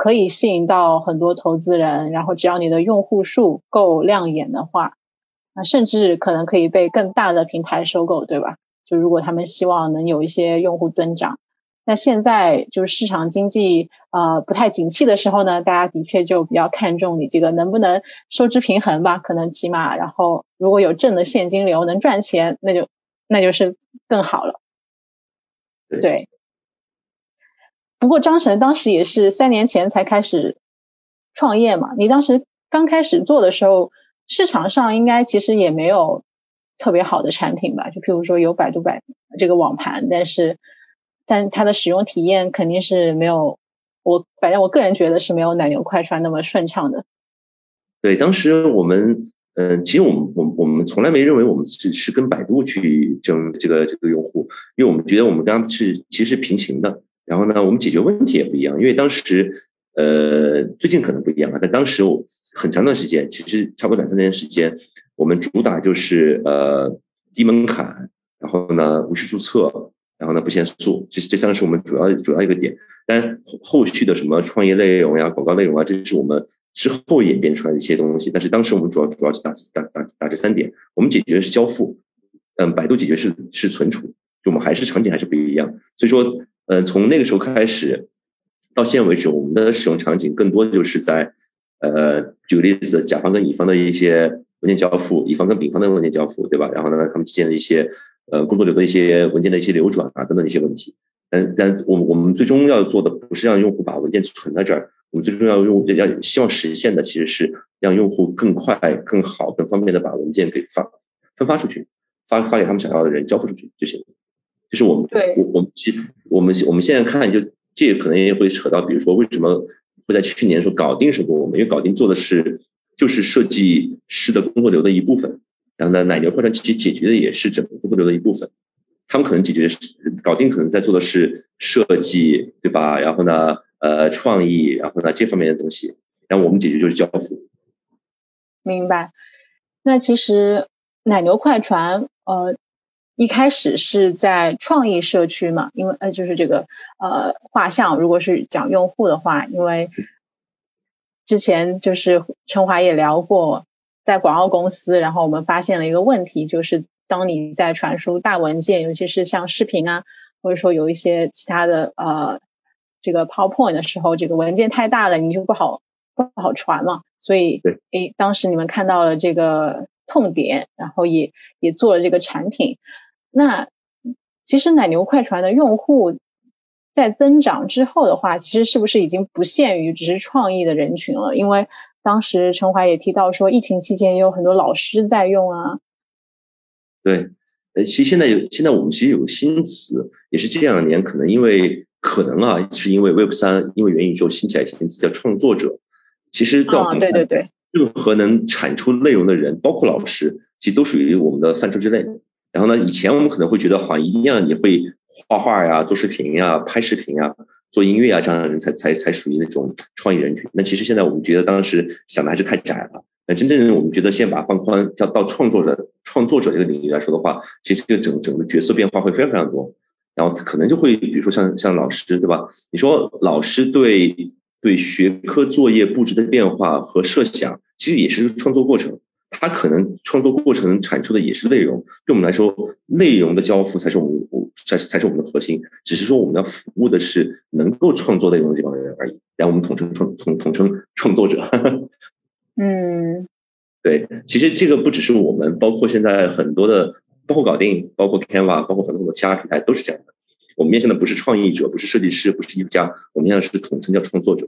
可以吸引到很多投资人，然后只要你的用户数够亮眼的话，那甚至可能可以被更大的平台收购，对吧？就如果他们希望能有一些用户增长。那现在就是市场经济呃不太景气的时候呢，大家的确就比较看重你这个能不能收支平衡吧，可能起码，然后如果有正的现金流能赚钱，那就那就是更好了。 对。 对。不过张晨当时也是三年前才开始创业嘛，你当时刚开始做的时候，市场上应该其实也没有特别好的产品吧？就譬如说有百度百这个网盘，但是但它的使用体验肯定是没有，我反正我个人觉得是没有奶牛快传那么顺畅的。 对，当时我们呃，其实我们我们我们从来没认为我们是是跟百度去争这个这个用户，因为我们觉得我们刚刚是其实是平行的。然后呢，我们解决问题也不一样，因为当时呃最近可能不一样啊，但当时我很长段时间，其实差不多两三年时间，我们主打就是呃低门槛，然后呢无需注册，然后呢不限速，这这三个是我们主要主要一个点。但后续的什么创业内容呀、广告内容啊，这是我们之后演变出来的一些东西。但是当时我们主要主要是打打打打这三点，我们解决的是交付，嗯，百度解决是是存储，就我们还是场景还是不一样。所以说，嗯，从那个时候开始到现在为止，我们的使用场景更多的就是在呃，举个例子，甲方跟乙方的一些文件交付，乙方跟丙方的文件交付，对吧？然后呢，他们之间的一些呃工作流的一些文件的一些流转啊等等一些问题。但但我们我们最终要做的不是让用户把文件存在这儿，我们最终要用要希望实现的其实是让用户更快、更好、更方便的把文件给发分发出去，发发给他们想要的人，交付出去就行了。就是我们对我我们其实我们我们现在看，就这可能也会扯到，比如说为什么会在去年的时候搞定收购我们，因为搞定做的是就是设计师的工作流的一部分，然后呢，奶牛快传其实解决的也是整个工作流的一部分。他们可能解决搞定，可能在做的是设计，对吧？然后呢，呃，创意，然后呢这方面的东西，然后我们解决就是交付。 明白。那其实奶牛快传，呃，一开始是在创意社区嘛，因为呃，就是这个呃画像，如果是讲用户的话，因为之前就是陈华也聊过，在广告公司，然后我们发现了一个问题，就是当你在传输大文件，尤其是像视频啊，或者说有一些其他的呃这个 PowerPoint 的时候，这个文件太大了，你就不好不好传嘛。所以诶，当时你们看到了这个痛点，然后也也做了这个产品。那其实奶牛快传的用户在增长之后的话，其实是不是已经不限于只是创意的人群了？因为当时陈怀也提到说，疫情期间也有很多老师在用啊。 对，呃，其实现在有，现在我们其实有个新词，也是这两年可能因为可能啊，是因为 Web 三，因为元宇宙兴起来新词叫创作者。其实在我们看， 对对对， 任何能产出内容的人，包括老师，其实都属于我们的范畴之内。然后呢，以前我们可能会觉得，好像一定要你会画画呀、做视频呀、拍视频呀、做音乐啊这样的人才才才属于那种创意人群。那其实现在我们觉得当时想的还是太窄了。那真正我们觉得先把它放宽，叫到创作者创作者这个领域来说的话，其实这个整整个角色变化会非常非常多。然后可能就会比如说像像老师，对吧？你说老师对对学科作业布置的变化和设想，其实也是创作过程。他可能创作过程产出的也是内容，对我们来说，内容的交付才是我们才才是我们的核心。只是说我们要服务的是能够创作内容的这帮人而已，然后我们统称创统统称创作者。 嗯， 对，其实这个不只是我们，包括现在很多的，包括搞定，包括 Canva， 包括很多的其他平台都是这样的。我们面向的不是创意者，不是设计师，不是艺术家，我们面向的是统称叫创作者。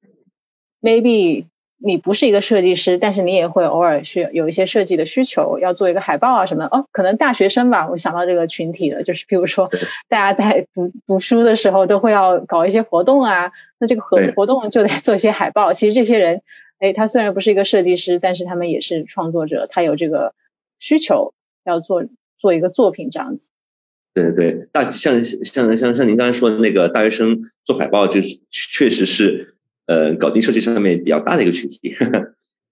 Maybe 你不是一个设计师，但是你也会偶尔去有一些设计的需求，要做一个海报啊什么的。哦，可能大学生吧，我想到这个群体了，就是比如说大家在读读书的时候都会要搞一些活动啊，那这个活活动就得做一些海报。其实这些人，哎，他虽然不是一个设计师，但是他们也是创作者，他有这个需求要做做一个作品这样子。 对对对，大像像像像您刚才说的那个大学生做海报，这确实是呃搞定设计上面比较大的一个群体。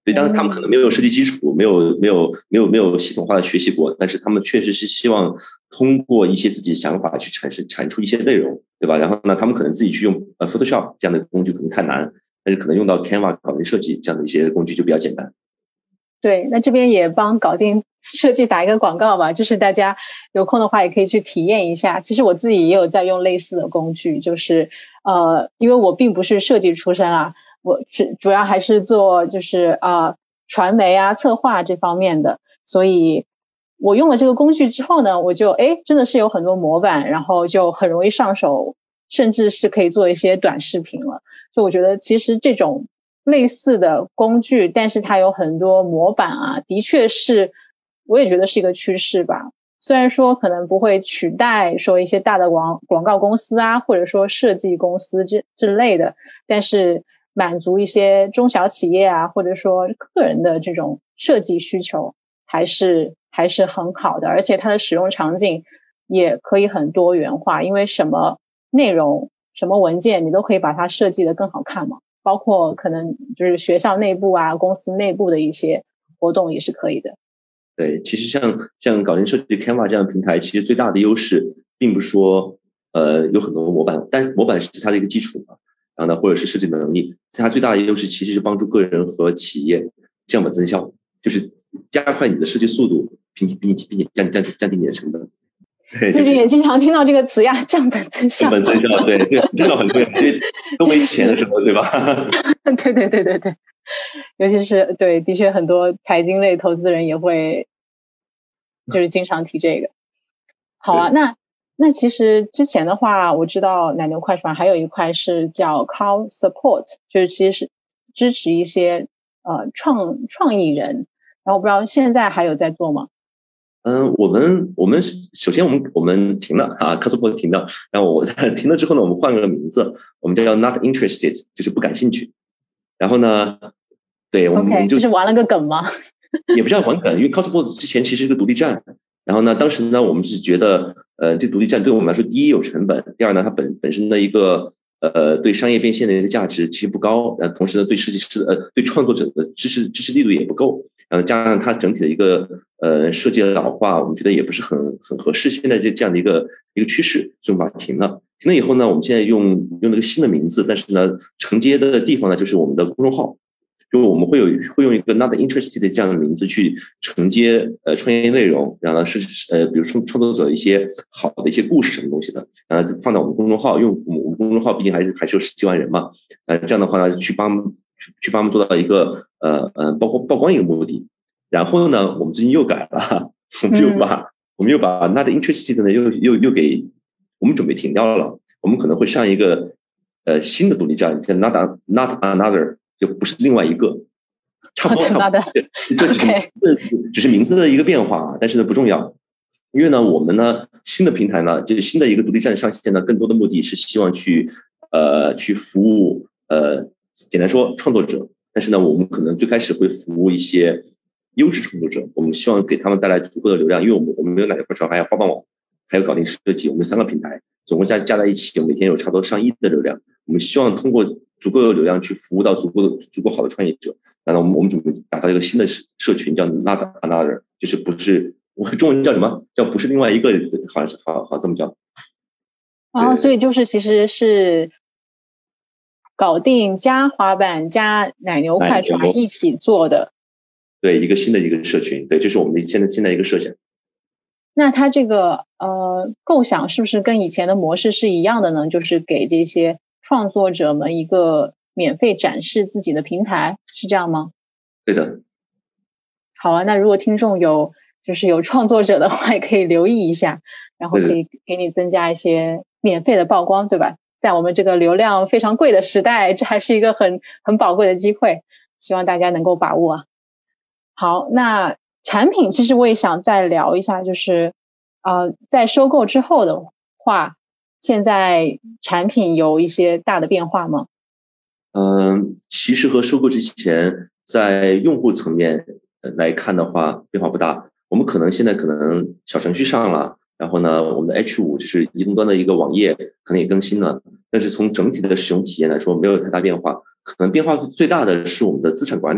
所以当然他们可能没有设计基础，没有没有没有没有系统化的学习过，但是他们确实是希望通过一些自己的想法去产生产出一些内容，对吧？然后呢，他们可能自己去用呃 Photoshop 这样的工具可能太难，但是可能用到 Canva 搞定设计这样的一些工具就比较简单。 对，那这边也帮搞定设计打一个广告吧，就是大家有空的话也可以去体验一下。其实我自己也有在用类似的工具，就是呃，因为我并不是设计出身啊，我是主要还是做就是呃传媒啊、策划这方面的，所以我用了这个工具之后呢，我就诶真的是有很多模板，然后就很容易上手，甚至是可以做一些短视频了。就我觉得其实这种类似的工具，但是它有很多模板啊，的确是我也觉得是一个趋势吧。虽然说可能不会取代说一些大的广广告公司啊，或者说设计公司之之类的，但是满足一些中小企业啊，或者说个人的这种设计需求还是还是很好的，而且它的使用场景也可以很多元化，因为什么内容什么文件你都可以把它设计得更好看嘛，包括可能就是学校内部啊公司内部的一些活动也是可以的。 对，其实像像搞定设计 Canva 这样的平台，其实最大的优势并不是说呃有很多模板，但模板是它的一个基础嘛，然后呢或者是设计能力，它最大的优势其实是帮助个人和企业降本增效，就是加快你的设计速度，并且并且并且降降降低你的成本。 最近也经常听到这个词呀，降本增效。 降本增效，对，这这个很对，因为都没钱的时候，对吧？ 对对对对对，尤其是对，的确很多财经类投资人也会，就是经常提这个。好啊，那那其实之前的话，我知道奶牛快传还有一块是叫 Call Support， 就是其实是支持一些呃创创意人，然后我不知道现在还有在做吗？ 嗯，我们我们首先我们我们停了啊 ，Call Support 停了，然后我停了之后呢，我们换了个名字，我们叫 Not Interested， 就是不感兴趣。然后呢，对我们、 okay, 我们就就是玩了个梗吗？ 也不叫玩梗，因为 Call Support 之前其实是一个独立站。然后呢，当时呢，我们是觉得，呃，这独立站对我们来说，第一有成本，第二呢，它本本身的一个呃对商业变现的一个价值其实不高，呃，同时呢，对设计师呃对创作者的支持支持力度也不够，然后加上它整体的一个呃设计的老化，我们觉得也不是很很合适现在这这样的一个一个趋势，所以我们把它停了。停了以后呢，我们现在用用了个新的名字，但是呢，承接的地方呢就是我们的公众号。就我们会有会用一个 Not Interested 这样的名字去承接呃创业内容，然后是呃比如创创作者一些好的一些故事什么东西的，然后放到我们公众号，用我们公众号毕竟还是还是有十几万人嘛，呃这样的话呢去帮去帮他们做到一个呃呃曝光曝光一个目的。然后呢，我们最近又改了，我们又把、嗯、我们又把 Not Interested 呢又又又给我们准备停掉了，我们可能会上一个呃新的独立站叫 Not Not Another。就不是另外一个，差不多，差不多，这只是、okay. 只是名字的一个变化，但是呢不重要，因为呢我们呢新的平台呢就是新的一个独立站上线呢，更多的目的是希望去呃去服务呃简单说创作者，但是呢我们可能最开始会服务一些优质创作者，我们希望给他们带来足够的流量，因为我们我们没有奶牛快传，还有花瓣网，还有搞定设计，我们三个平台总共加加在一起，每天有差不多上亿的流量，我们希望通过足够的流量去服务到足够的足够好的创业者，然后我们我们准备打造一个新的社群，叫 Not Another， 就是不是我中文叫什么？叫不是另外一个，好像是好好这么叫。 哦，所以就是其实是搞定加花瓣加奶牛快传一起做的。 对，一个新的一个社群，对，这是我们的现在现在一个设想。 那它这个呃构想是不是跟以前的模式是一样的呢？就是给这些创作者们一个免费展示自己的平台，是这样吗？ 对的。 好啊，那如果听众有就是有创作者的话，也可以留意一下，然后可以给你增加一些免费的曝光，对吧？在我们这个流量非常贵的时代，这还是一个很很宝贵的机会，希望大家能够把握啊。好，那产品其实我也想再聊一下，就是呃，在收购之后的话，现在产品有一些大的变化吗？ 嗯，其实和收购之前，在用户层面来看的话，变化不大。我们可能现在可能小程序上了，然后呢，我们的 H 五 就是移动端的一个网页，可能也更新了。但是从整体的使用体验来说，没有太大变化。可能变化最大的是我们的资产管理，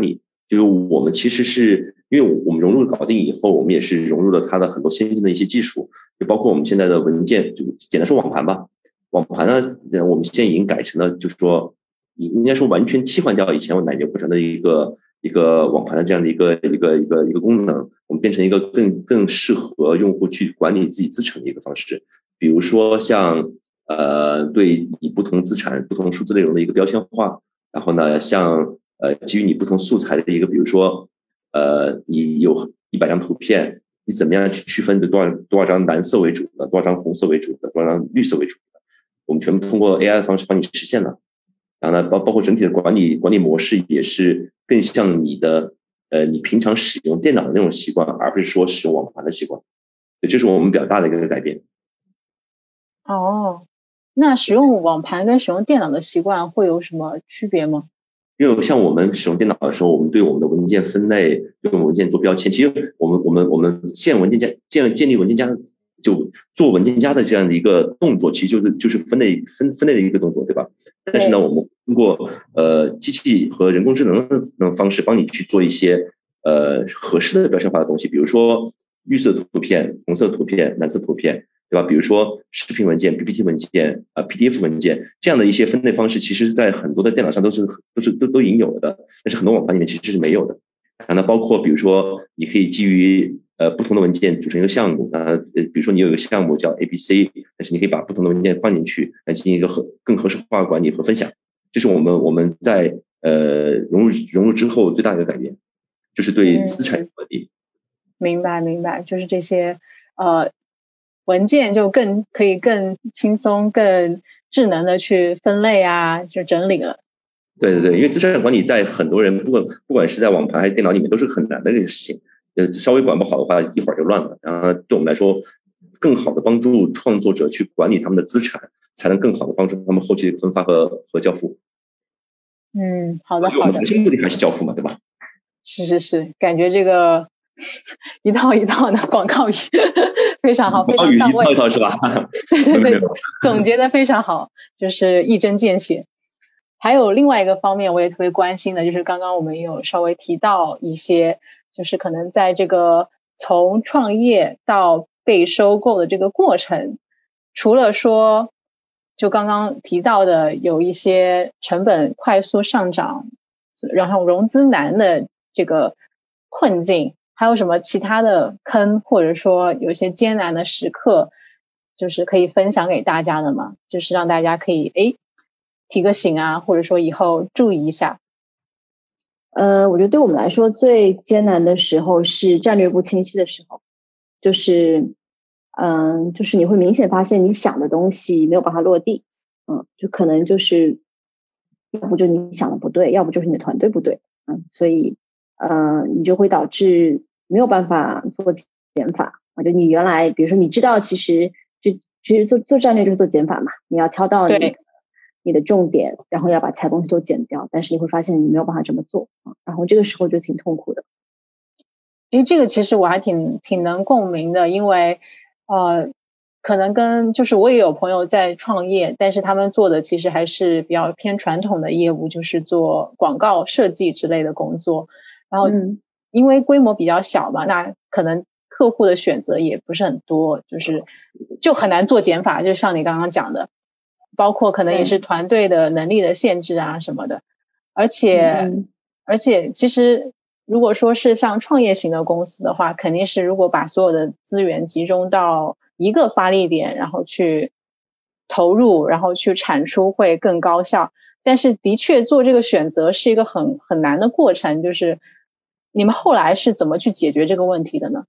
就是我们其实是因为我们融入了搞定以后，我们也是融入了它的很多先进的一些技术，就包括我们现在的文件，就简单说网盘吧。网盘呢，我们现在已经改成了，就是说应该说完全替换掉以前我奶牛课程的一个一个网盘的这样的一个一个一个一个功能，我们变成一个更更适合用户去管理自己资产的一个方式。比如说像呃对你不同资产、不同数字内容的一个标签化，然后呢，像呃基于你不同素材的一个，比如说呃你有一百张图片，你怎么样去区分多少多少张蓝色为主的，多少张红色为主的，多少张绿色为主的，我们全部通过 A I 的方式帮你实现了。然后呢，包包括整体的管理管理模式也是更像你的呃你平常使用电脑的那种习惯，而不是说使用网盘的习惯。这是我们比较大的一个改变。 哦，那使用网盘跟使用电脑的习惯会有什么区别吗？ 因为像我们使用电脑的时候，我们对我们的文件分类，对我们文件做标签。其实我们我们我们建文件夹建建立文件夹，就做文件夹的这样的一个动作，其实就是就是分类分分类的一个动作，对吧？但是呢，我们通过呃机器和人工智能的方式帮你去做一些呃合适的标签化的东西，比如说绿色图片、红色图片、蓝色图片，对吧？比如说视频文件、P P T 文件、啊 P D F 文件这样的一些分类方式，其实在很多的电脑上都是都是都都已经有了的，但是很多网盘里面其实是没有的。然后呢，包括比如说你可以基于呃不同的文件组成一个项目啊，呃比如说你有一个项目叫 A B C， 但是你可以把不同的文件放进去，来进行一个合更合适化管理和分享。这是我们我们在呃融入融入之后最大的一个改变，就是对资产管理。 嗯、明白明白，就是这些呃文件就更可以更轻松、更智能的去分类啊，就整理了。 对对对，因为资产管理在很多人不管不管是在网盘还是电脑里面都是很难的这个事情，呃，稍微管不好的话，一会儿就乱了。然后对我们来说，更好的帮助创作者去管理他们的资产，才能更好的帮助他们后期的分发和和交付。 嗯，好的好的。 我们核心目的还是交付嘛，对吧？ 是是是，感觉这个一套一套的广告语非常好，非常到位。 一套一套是吧？ 对对对，总结的非常好，就是一针见血。还有另外一个方面我也特别关心的，就是刚刚我们也有稍微提到一些，就是可能在这个从创业到被收购的这个过程，除了说就刚刚提到的有一些成本快速上涨，然后融资难的这个困境，还有什么其他的坑，或者说有一些艰难的时刻，就是可以分享给大家的吗？就是让大家可以诶提个醒啊，或者说以后注意一下。 呃，我觉得对我们来说最艰难的时候是战略不清晰的时候，就是嗯、呃，就是你会明显发现你想的东西没有办法落地，嗯，就可能就是要不就你想的不对，要不就是你的团队不对，嗯，所以呃，你就会导致没有办法做减法啊，就你原来比如说你知道其实就其实做做战略就是做减法嘛，你要挑到你的你的重点，然后要把其他东西都减掉，但是你会发现你没有办法这么做啊，然后这个时候就挺痛苦的。 诶，这个其实我还挺挺能共鸣的，因为呃，可能跟就是我也有朋友在创业，但是他们做的其实还是比较偏传统的业务，就是做广告设计之类的工作。然后因为规模比较小嘛，那可能客户的选择也不是很多，就是就很难做减法，就像你刚刚讲的，包括可能也是团队的能力的限制啊什么的。而且、嗯、而且其实如果说是像创业型的公司的话，肯定是如果把所有的资源集中到一个发力点，然后去投入，然后去产出会更高效。但是的确做这个选择是一个很很难的过程，就是你们后来是怎么去解决这个问题的呢？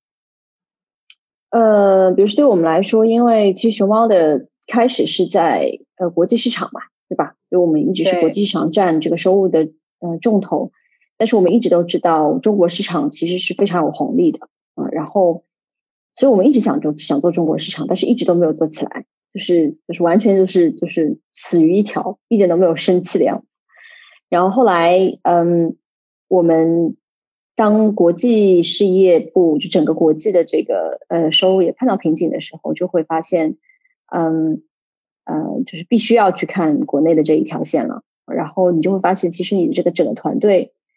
呃，比如说对我们来说，因为其实熊猫的开始是在呃国际市场嘛，对吧？就我们一直是国际市场占这个收入的呃重头，但是我们一直都知道中国市场其实是非常有红利的啊、呃，然后所以我们一直想做想做中国市场，但是一直都没有做起来，就是就是完全就是就是死鱼一条，一点都没有生气的样子。然后后来嗯，我们当国际事业部就整个国际的这个呃收入也碰到瓶颈的时候，就会发现嗯呃就是必须要去看国内的这一条线了。然后你就会发现其实你的这个整个团队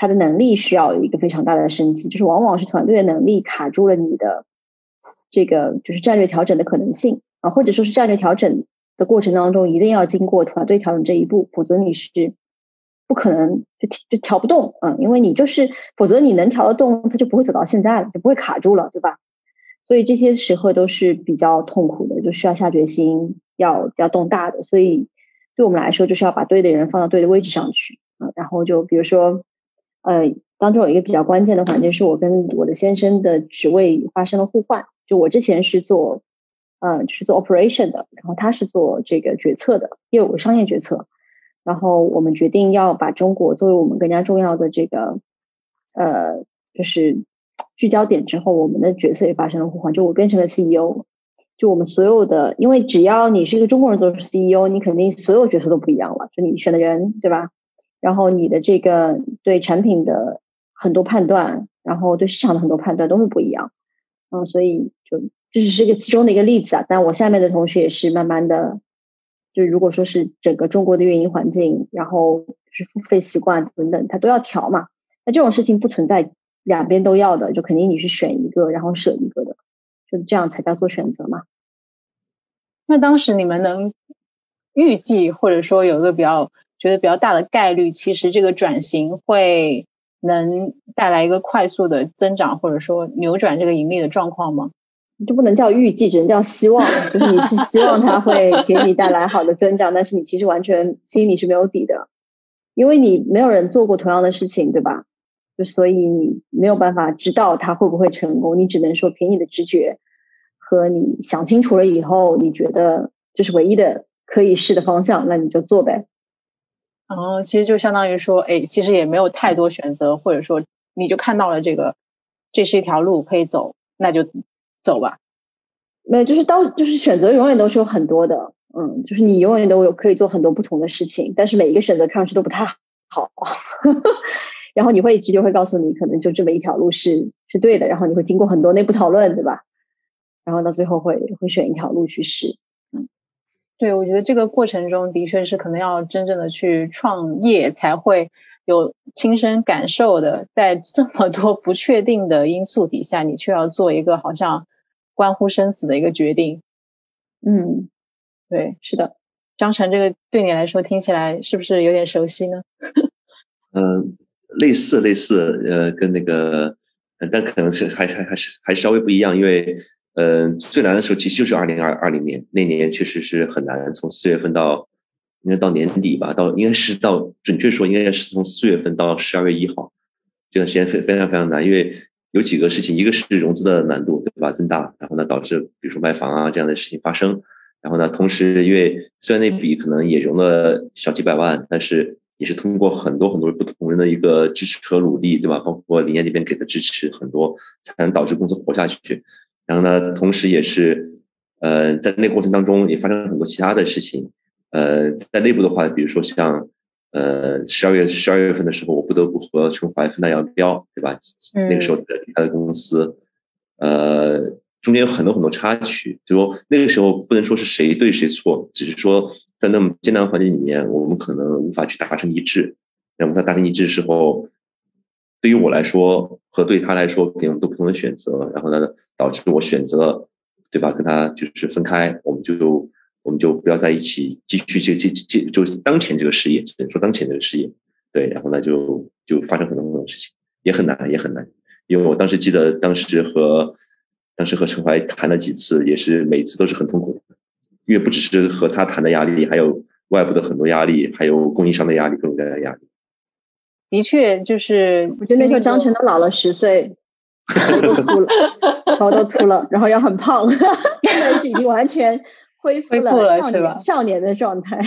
他的能力需要一个非常大的升级，就是往往是团队的能力卡住了你的这个就是战略调整的可能性啊，或者说是战略调整的过程当中一定要经过团队调整这一步，否则你是不可能就就调不动啊，因为你就是否则你能调得动，它就不会走到现在了，就不会卡住了，对吧？所以这些时候都是比较痛苦的，就需要下决心要要动大的，所以对我们来说就是要把对的人放到对的位置上去啊，然后就比如说呃，当中有一个比较关键的环节是我跟我的先生的职位发生了互换，就我之前是做呃就是做 operation 的，然后他是做这个决策的业务商业决策，然后我们决定要把中国作为我们更加重要的这个呃就是聚焦点之后，我们的角色也发生了互换，就我变成了 C E O， 就我们所有的，因为只要你是一个中国人做 C E O， 你肯定所有角色都不一样了，就你选的人对吧，然后你的这个对产品的很多判断，然后对市场的很多判断都会不一样，嗯，所以就这只是一个其中的一个例子啊，但我下面的同学也是慢慢的，就如果说是整个中国的运营环境，然后就是付费习惯等等，它都要调嘛，那这种事情不存在两边都要的，就肯定你是选一个然后舍一个的，就这样才叫做选择嘛。 那当时你们能预计或者说有一个比较觉得比较大的概率，其实这个转型会能带来一个快速的增长，或者说扭转这个盈利的状况吗？ 就不能叫预计，只能叫希望，就是你是希望它会给你带来好的增长，但是你其实完全心里是没有底的，因为你没有人做过同样的事情，对吧？就所以你没有办法知道它会不会成功，你只能说凭你的直觉和你想清楚了以后，你觉得这是唯一的可以试的方向，那你就做呗。 哦，其实就相当于说，哎，其实也没有太多选择，或者说你就看到了这个，这是一条路可以走，那就走吧。 没有，就是当就是选择永远都是有很多的，嗯，就是你永远都有可以做很多不同的事情，但是每一个选择看上去都不太好，然后你会直觉会告诉你，可能就这么一条路是是对的，然后你会经过很多内部讨论，对吧？然后到最后会会选一条路去试。嗯， 对，我觉得这个过程中的确是可能要真正的去创业才会有亲身感受的，在这么多不确定的因素底下，你却要做一个好像关乎生死的一个决定。 嗯， 对， 是的。 张晨，这个对你来说听起来是不是有点熟悉呢？ 嗯、呃，类似类似，呃，跟那个，但可能是还还还是还稍微不一样，因为呃，最难的时候其实就是二零二二零年那年，确实是很难，从四月份到应该到年底吧，到应该是到准确说应该是从四月份到十二月一号，这段时间非非常非常难，因为有几个事情，一个是融资的难度对吧增大，然后呢导致比如说卖房啊这样的事情发生，然后呢同时因为虽然那笔可能也融了小几百万，但是也是通过很多很多不同人的一个支持和努力，对吧？包括林业那边给的支持很多，才能导致公司活下去。然后呢，同时也是，呃，在那个过程当中也发生了很多其他的事情。呃，在内部的话，比如说像，呃，十二月十二月份的时候，我不得不和陈怀分道扬镳，对吧？ 嗯、 那个时候的他的公司，呃，中间有很多很多插曲，就说那个时候不能说是谁对谁错，只是说在那么艰难的环境里面，我们可能无法去达成一致。然后在达成一致之后，对于我来说和对他来说，肯定都不同的选择。然后呢，导致我选择，对吧？跟他就是分开，我们就我们就不要在一起继续这这这就是当前这个事业，只能说当前这个事业。对，然后呢，就就发生很多很多事情，也很难，也很难。因为我当时记得，当时和当时和陈怀谈了几次，也是每次都是很痛苦的，因为不只是和他谈的压力，还有外部的很多压力，还有供应商的压力，各种各样的压力。 的确，就是我觉得那时候张晨都老了十岁，头都秃了，头都秃了，然后又很胖，现在是已经完全恢复了少年是吧？ 少年的状态。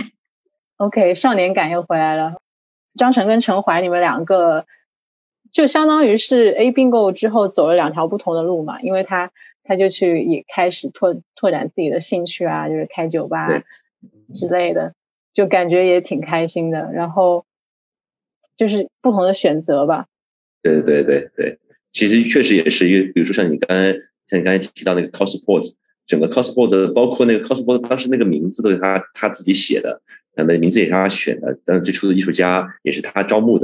OK， 少年感又回来了。张晨跟陈怀，你们两个就相当于是 A Bingo 之后走了两条不同的路嘛，因为他他就去也开始拓拓展自己的兴趣啊，就是开酒吧之类的，就感觉也挺开心的。然后就是不同的选择吧。 对对对对，其实确实也是，因为比如说像你刚才像你刚才提到那个 Cossport， 整个 Cossport 包括那个 Cossport 当时那个名字都是他他自己写的，那名字也是他选的，但是最初的艺术家也是他招募的，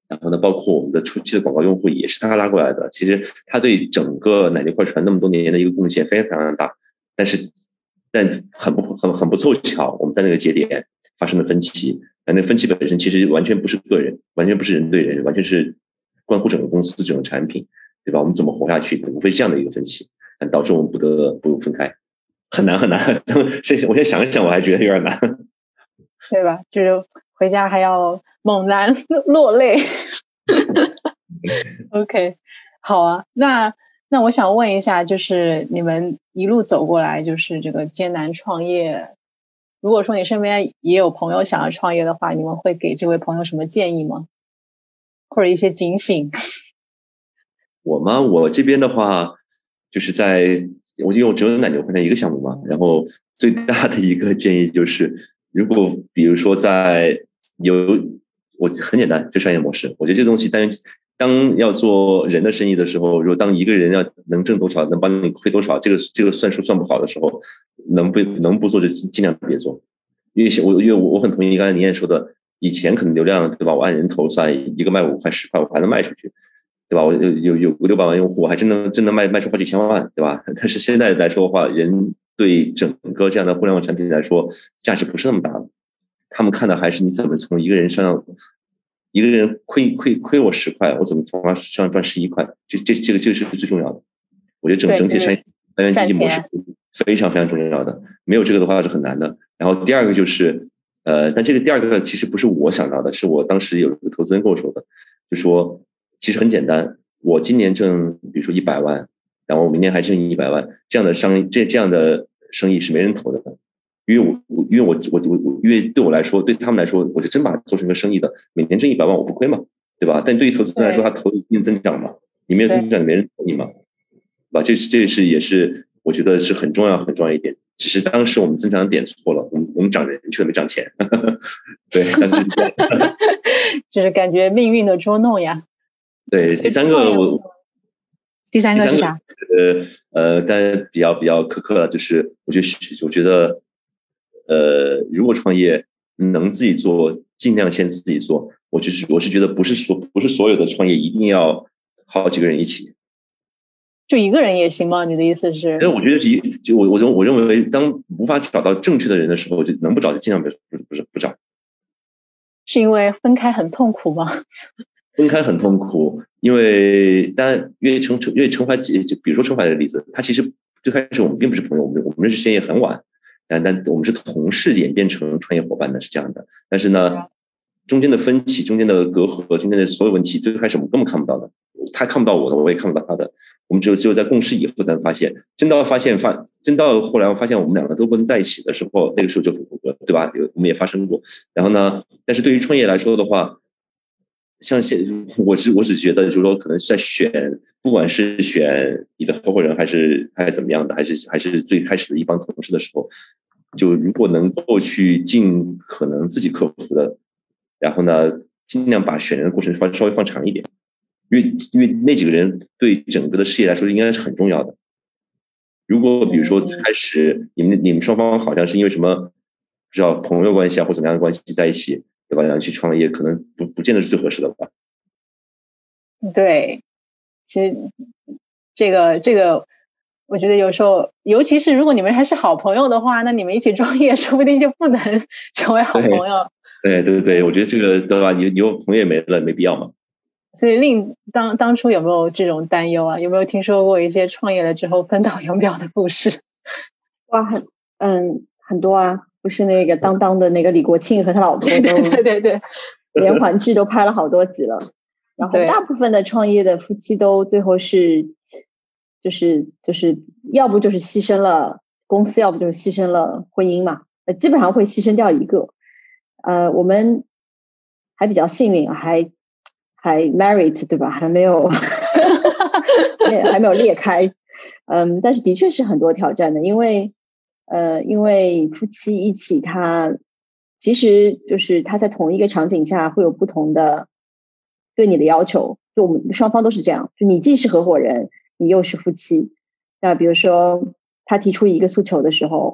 然后呢，包括我们的初期的广告用户也是他拉过来的。其实他对整个奶牛快传那么多年的一个贡献非常非常大，但是但很不很很不凑巧，我们在那个节点发生了分歧。那个分歧本身其实完全不是个人，完全不是人对人，完全是关乎整个公司整个产品，对吧？我们怎么活下去，无非这样的一个分歧，导致我们不得不分开，很难很难。我现在想一想，我还觉得有点难， 对吧？就是回家还要猛然落泪。OK， 好啊，那那我想问一下，就是你们一路走过来，就是这个艰难创业，如果说你身边也有朋友想要创业的话，你们会给这位朋友什么建议吗？或者一些警醒？ 我吗？我这边的话，就是在我因为我只有奶牛快传一个项目嘛，然后最大的一个建议就是，如果比如说在有我很简单，就商业模式，我觉得这东西当当要做人的生意的时候，如果当一个人要能挣多少，能帮你亏多少，这个这个算数算不好的时候，能不能不做就尽量别做，因为我因为我很同意刚才您也说的，以前可能流量对吧，我按人头算，一个卖五块十块，我还能卖出去。对吧？我有有有六百万用户，我还真能真能卖卖出好几千万，对吧？但是现在来说的话，人对整个这样的互联网产品来说，价值不是那么大的。他们看的还是你怎么从一个人身上，一个人亏亏亏我十块，我怎么从他身上赚十一块？这这这个这个是最重要的。我觉得整整体商业来源经济模式非常非常重要的，没有这个的话是很难的。然后第二个就是，呃，但这个第二个其实不是我想到的，是我当时有一个投资人跟我说的，就说。其实很简单，我今年挣比如说一百万，然后我明年还挣一百万，这样的商这这样的生意是没人投的，因为我因为我我我因为对我来说，对他们来说，我就真把它做成个生意的，每年挣一百万我不亏嘛，对吧？但对于投资人来说，他投一定增长嘛，你没有增长，没人投你嘛，对吧？这是这是也是我觉得是很重要很重要一点。只是当时我们增长点错了，我们我们涨人却没涨钱，对，但是就是感觉命运的捉弄呀。 对，第三个我， 第三个是啥？ 呃呃，但比较比较苛刻了，就是我觉得我觉得，呃，如果创业能自己做，尽量先自己做。我就是我是觉得不是所不是所有的创业一定要好几个人一起， 就一个人也行吗？你的意思是？ 因为我觉得是一就我我认我认为，当无法找到正确的人的时候，就能不找就尽量不不不是不找。 是因为分开很痛苦吗？ 分开很痛苦，因为当然，因为成因为成华就比如说成华的例子，他其实最开始我们并不是朋友，我们我们认识时间也很晚，但但我们是同事演变成创业伙伴的，是这样的。但是呢，中间的分歧、中间的隔阂、中间的所有问题，最开始我们根本看不到的，他看不到我的，我也看不到他的。我们只有只有在共事以后才发现，真到发现发真到后来我发现我们两个都不能在一起的时候，那个时候就很不合，对吧？我们也发生过。然后呢，但是对于创业来说的话，像现我是我只觉得，就是说，可能在选，不管是选你的合伙人，还是还是怎么样的，还是还是最开始的一帮同事的时候，就如果能够去尽可能自己克服的，然后呢，尽量把选人的过程放稍微放长一点，因为因为那几个人对整个的事业来说应该是很重要的。如果比如说最开始你们你们双方好像是因为什么不知道朋友关系啊或怎么样的关系在一起。对吧？然后去创业，可能不不见得是最合适的吧。 对，其实这个这个，我觉得有时候，尤其是如果你们还是好朋友的话，那你们一起创业，说不定就不能成为好朋友。 对对对对，我觉得这个对吧？你你有朋友也没了，没必要嘛。 所以令当当初有没有这种担忧啊？有没有听说过一些创业了之后分道扬镳的故事？ 哇，很嗯很多啊。不是那个当当的那个李国庆和他老婆都对对对连环剧都拍了好多集了，然后大部分的创业的夫妻都最后是就是就是要不就是牺牲了公司，要不就是牺牲了婚姻嘛，呃，基本上会牺牲掉一个。呃，我们还比较幸运，还还 married 对吧？还没有还没有裂开，嗯，但是的确是很多挑战的，因为。呃，因为夫妻一起他，他其实就是他在同一个场景下会有不同的对你的要求，就我们双方都是这样，就你既是合伙人，你又是夫妻。那比如说他提出一个诉求的时候，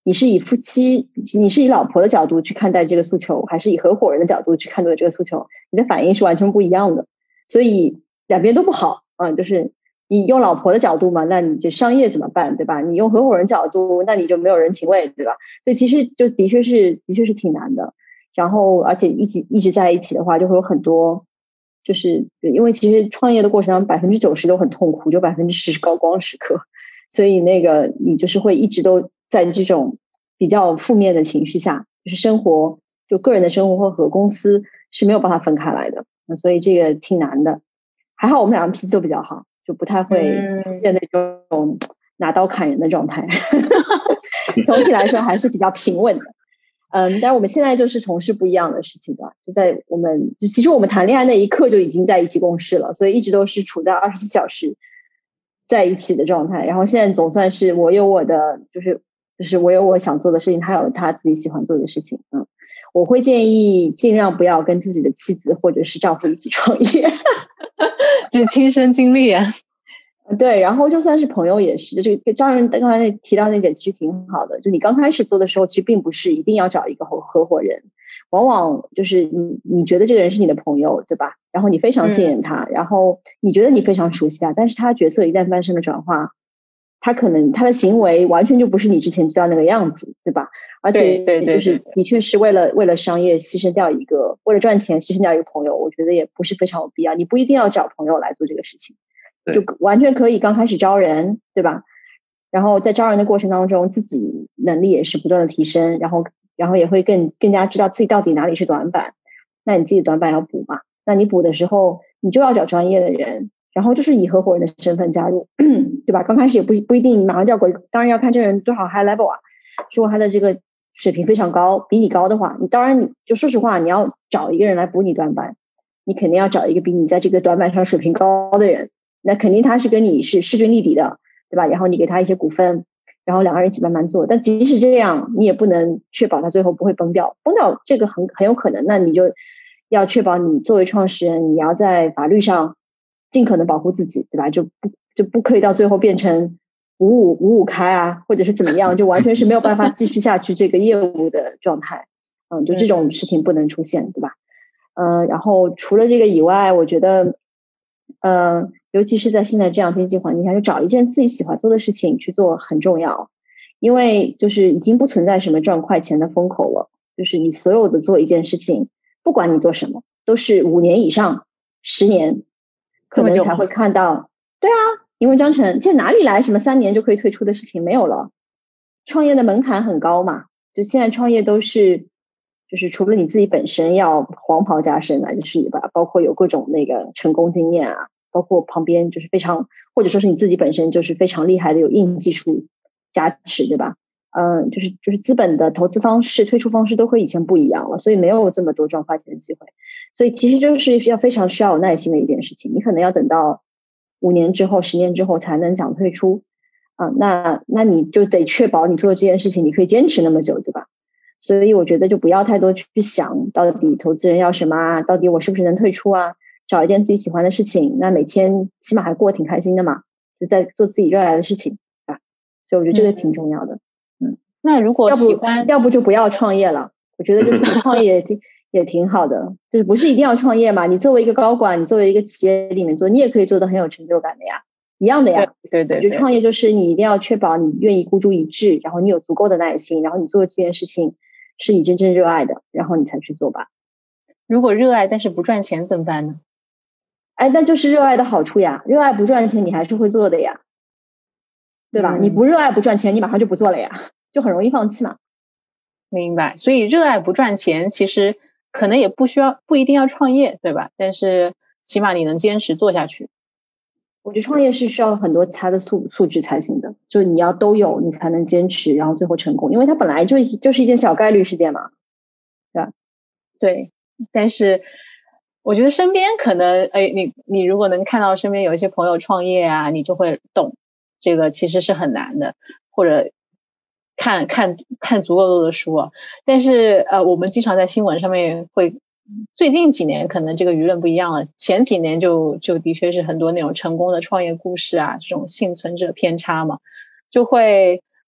你是以夫妻，你是以老婆的角度去看待这个诉求，还是以合伙人的角度去看待这个诉求，你的反应是完全不一样的。所以两边都不好啊，就是你用老婆的角度嘛，那你就商业怎么办，对吧？你用合伙人角度，那你就没有人情味，对吧？所以其实就的确是的确是挺难的。然后而且一起一直在一起的话，就会有很多，就是因为其实创业的过程当中百分之九十都很痛苦，就百分之十是高光时刻，所以那个你就是会一直都在这种比较负面的情绪下，就是生活就个人的生活和公司是没有办法分开来的，所以这个挺难的。还好我们两个脾气都比较好，就不太会出现那种拿刀砍人的状态。总体来说还是比较平稳的。嗯，但是我们现在就是从事不一样的事情的，就在我们就其实我们谈恋爱那一刻就已经在一起共事了，所以一直都是处在二十四小时在一起的状态。然后现在总算是我有我的，就是就是我有我想做的事情，他有他自己喜欢做的事情。嗯，我会建议尽量不要跟自己的妻子或者是丈夫一起创业。 这是亲身经历啊。 对，然后就算是朋友也是，就这个张仁刚才提到那点其实挺好的，就你刚开始做的时候其实并不是一定要找一个合合伙人，往往就是你你觉得这个人是你的朋友，对吧？然后你非常信任他、嗯、然后你觉得你非常熟悉他，但是他角色一旦发生了转化，他可能他的行为完全就不是你之前知道那个样子，对吧？而且就是的确是为了为了商业牺牲掉一个，为了赚钱牺牲掉一个朋友，我觉得也不是非常有必要。你不一定要找朋友来做这个事情，就完全可以刚开始招人，对吧？然后在招人的过程当中，自己能力也是不断的提升，然后然后也会更更加知道自己到底哪里是短板，那你自己短板要补嘛，那你补的时候你就要找专业的人，然后就是以合伙人的身份加入，对吧？刚开始也不不一定马上就要过，当然要看这个人多少 high level 啊，如果他的这个水平非常高，比你高的话，你当然你就说实话，你要找一个人来补你短板，你肯定要找一个比你在这个短板上水平高的人，那肯定他是跟你是势均力敌的，对吧？然后你给他一些股份，然后两个人一起慢慢做，但即使这样，你也不能确保他最后不会崩掉，崩掉这个很很有可能，那你就要确保你作为创始人，你要在法律上尽可能保护自己，对吧？就不就不可以到最后变成五五五五开啊，或者是怎么样，就完全是没有办法继续下去这个业务的状态。嗯，就这种事情不能出现，对吧？嗯，然后除了这个以外，我觉得，呃，尤其是在现在这样经济环境下，就找一件自己喜欢做的事情去做很重要，因为就是已经不存在什么赚快钱的风口了，就是你所有的做一件事情，不管你做什么，都是五年以上、十年，可能才会看到。对啊。因为张晨现在哪里来什么三年就可以退出的事情没有了，创业的门槛很高嘛，就现在创业都是就是除了你自己本身要黄袍加身啊，就是吧，包括有各种那个成功经验啊，包括旁边就是非常或者说是你自己本身就是非常厉害的有硬技术加持，对吧？嗯，就是就是资本的投资方式、退出方式都和以前不一样了，所以没有这么多赚快钱的机会，所以其实就是要非常需要有耐心的一件事情，你可能要等到五年之后、十年之后才能讲退出啊，那那你就得确保你做这件事情你可以坚持那么久，对吧？所以我觉得就不要太多去想到底投资人要什么啊，到底我是不是能退出啊，找一件自己喜欢的事情，那每天起码还过得挺开心的嘛，就在做自己热爱的事情啊，所以我觉得这个挺重要的。嗯， 那如果喜欢， 要不要不就不要创业了，我觉得就是创业也挺好的，就是不是一定要创业嘛，你作为一个高管，你作为一个企业里面做，你也可以做得很有成就感的呀，一样的呀。 对对 对, 对， 我觉得创业就是你一定要确保你愿意孤注一掷，然后你有足够的耐心，然后你做这件事情是你真正热爱的，然后你才去做吧。 如果热爱但是不赚钱怎么办呢？ 哎，那就是热爱的好处呀，热爱不赚钱你还是会做的呀，对吧？嗯、你不热爱不赚钱你马上就不做了呀，就很容易放弃嘛。 明白，所以热爱不赚钱其实可能也不需要不一定要创业，对吧？但是起码你能坚持做下去。 我觉得创业是需要很多其他的素素质才行的，就你要都有你才能坚持，然后最后成功，因为它本来就就是一件小概率事件嘛，对吧？ 对，但是我觉得身边可能哎，你你如果能看到身边有一些朋友创业啊，你就会懂这个其实是很难的，或者看看看足够多的书啊。但是呃，我们经常在新闻上面会，最近几年可能这个舆论不一样了，前几年就就的确是很多那种成功的创业故事啊，这种幸存者偏差嘛，就会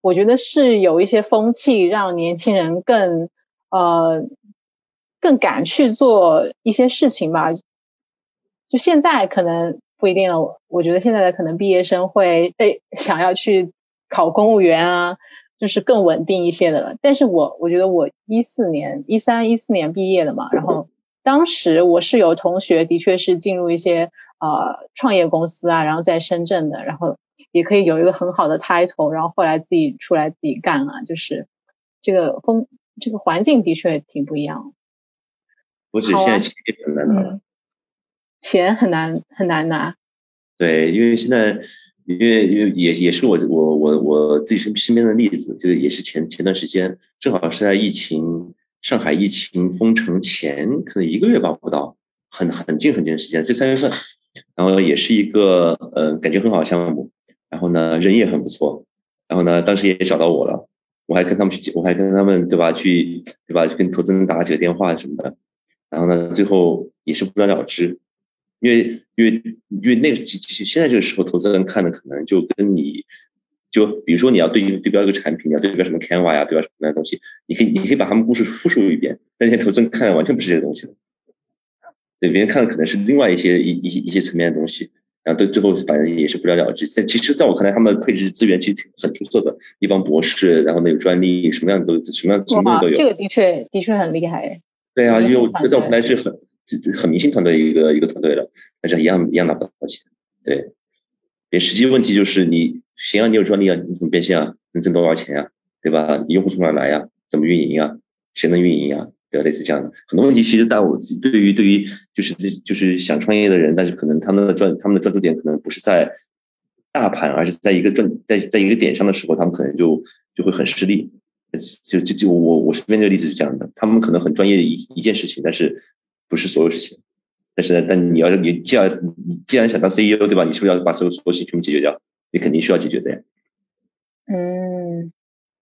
我觉得是有一些风气让年轻人更呃更敢去做一些事情吧。就现在可能不一定了，我觉得现在的可能毕业生会诶想要去考公务员啊，就是更稳定一些的了。但是我我觉得我一四年一三一四年毕业的嘛，然后当时我是有同学的确是进入一些呃创业公司啊，然后在深圳的，然后也可以有一个很好的 title， 然后后来自己出来自己干啊，就是这个风这个环境的确挺不一样。 不止现在钱也很难拿了、 嗯，钱很难很难拿。 对，因为现在因为因为也也是我我我我自己身身边的例子，就是也是前前段时间正好是在疫情上海疫情封城前，可能一个月吧不到，很很近很近的时间，这三月份，然后也是一个呃感觉很好的项目，然后呢人也很不错，然后呢当时也找到我了，我还跟他们去，我还跟他们对吧去对吧跟投资人打了几个电话什么的，然后呢最后也是不了了之。因为因为因为那个现在这个时候，投资人看的可能就跟你，就比如说你要对对标一个产品，你要对标什么 Canva 呀，对标什么样的东西，你可以你可以把他们故事复述一遍，但那些投资人看的完全不是这个东西的，对，别人看的可能是另外一些一一些一些层面的东西，然后对最后反正也是不了了之。其实在我看来，他们配置资源其实很出色的，一帮博士，然后呢有专利，什么样都什么样什么东西都有。 这个的确的确很厉害。 对啊，因为在我看来是很。很明星团队一个一个团队了，但是一样一样拿不到钱。对，别实际问题就是你行啊，你有专利啊，你怎么变现啊？能挣多少钱啊？对吧？你用户从哪来呀、啊？怎么运营啊？谁能运营啊？对吧？类似这样的很多问题，其实但我对于对于就是就是想创业的人，但是可能他们的专他们的专注点可能不是在大盘，而是在一个专在在一个点上的时候，他们可能就就会很吃力。就就就我我身边这个例子是这样的，他们可能很专业的一一件事情，但是不是所有事情。但是呢，但你要你既然你既然想当 C E O 对吧？你是不是要把所有所有事情全部解决掉？你肯定需要解决的呀。 嗯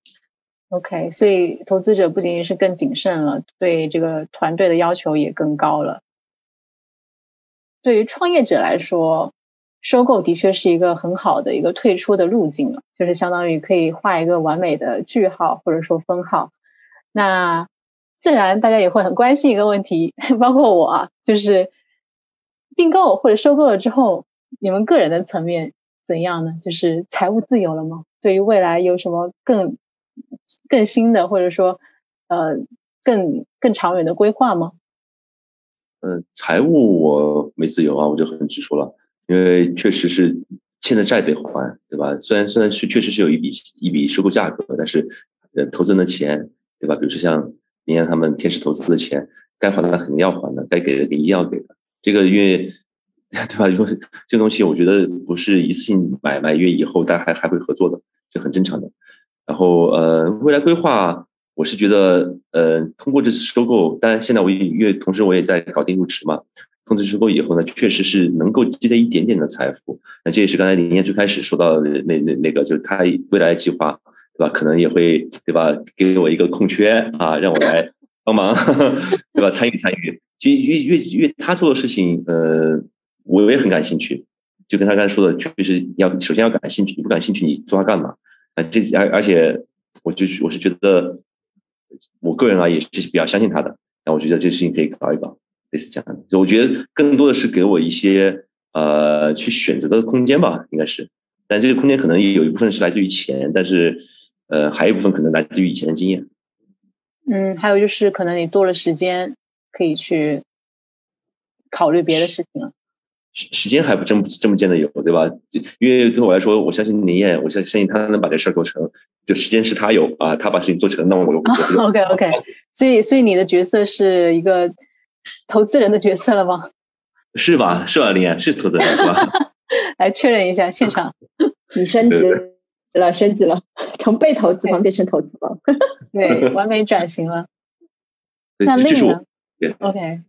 ，OK， 所以投资者不仅仅是更谨慎了，对这个团队的要求也更高了。对于创业者来说，收购的确是一个很好的一个退出的路径了，就是相当于可以画一个完美的句号或者说分号。那自然大家也会很关心一个问题，包括我啊，就是并购或者收购了之后，你们个人的层面怎样呢？就是财务自由了吗？对于未来有什么更更新的或者说呃更更长远的规划吗？ 呃，财务我没自由啊，我就很直说了，因为确实是欠的债得还，对吧？虽然虽然是确实是有一笔一笔收购价格，但是呃，投资人的钱，对吧？比如说像林燕他们天使投资的钱，该还的肯定要还的，该给的一定要给的。这个因为对吧？因为这个东西我觉得不是一次性买卖，因为以后大家还还会合作的，这很正常的。然后呃，未来规划。我是觉得，呃，通过这次收购，当然现在我因为同时我也在搞定入池嘛，通过收购以后呢，确实是能够积累一点点的财富。那这也是刚才林燕最开始说到的那那那个，就是他未来的计划，对吧？可能也会对吧，给我一个空缺啊，让我来帮忙，对吧？参与参与。其实因为因为他做的事情，呃，我也很感兴趣。就跟他刚才说的，就是要首先要感兴趣，你不感兴趣，你做它干嘛？啊，这而而且，我就我是觉得。我个人啊也是比较相信他的，那我觉得这个事情可以搞一搞，类似这样的。就我觉得更多的是给我一些呃去选择的空间吧，应该是。但这个空间可能也有一部分是来自于钱，但是呃还有一部分可能来自于以前的经验。 嗯，还有就是可能你多了时间，可以去考虑别的事情了。 时间还不真真不见得有，对吧？因为对我来说，我相信林燕，我相信他能把这事儿做成。就时间是他有啊，他把事情做成，那我就。 Oh, OK OK， 所以所以你的角色是一个投资人的角色了吗？ 是吧？是吧，林燕是投资人是吧？ 来确认一下现场， 你升级了，升级了，从被投资方变成投资方， 对，完美转型了。那另呢 ？OK。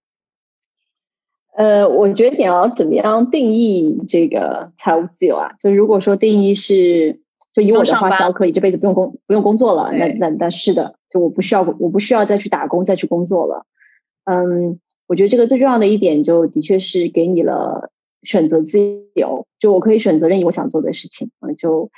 呃，我觉得你要怎么样定义这个财务自由啊？就如果说定义是，就以我的话，小可以这辈子不用工不用工作了，那那那是的，就我不需要我不需要再去打工再去工作了。嗯，我觉得这个最重要的一点，就的确是给你了选择自由，就我可以选择任意我想做的事情。嗯，就比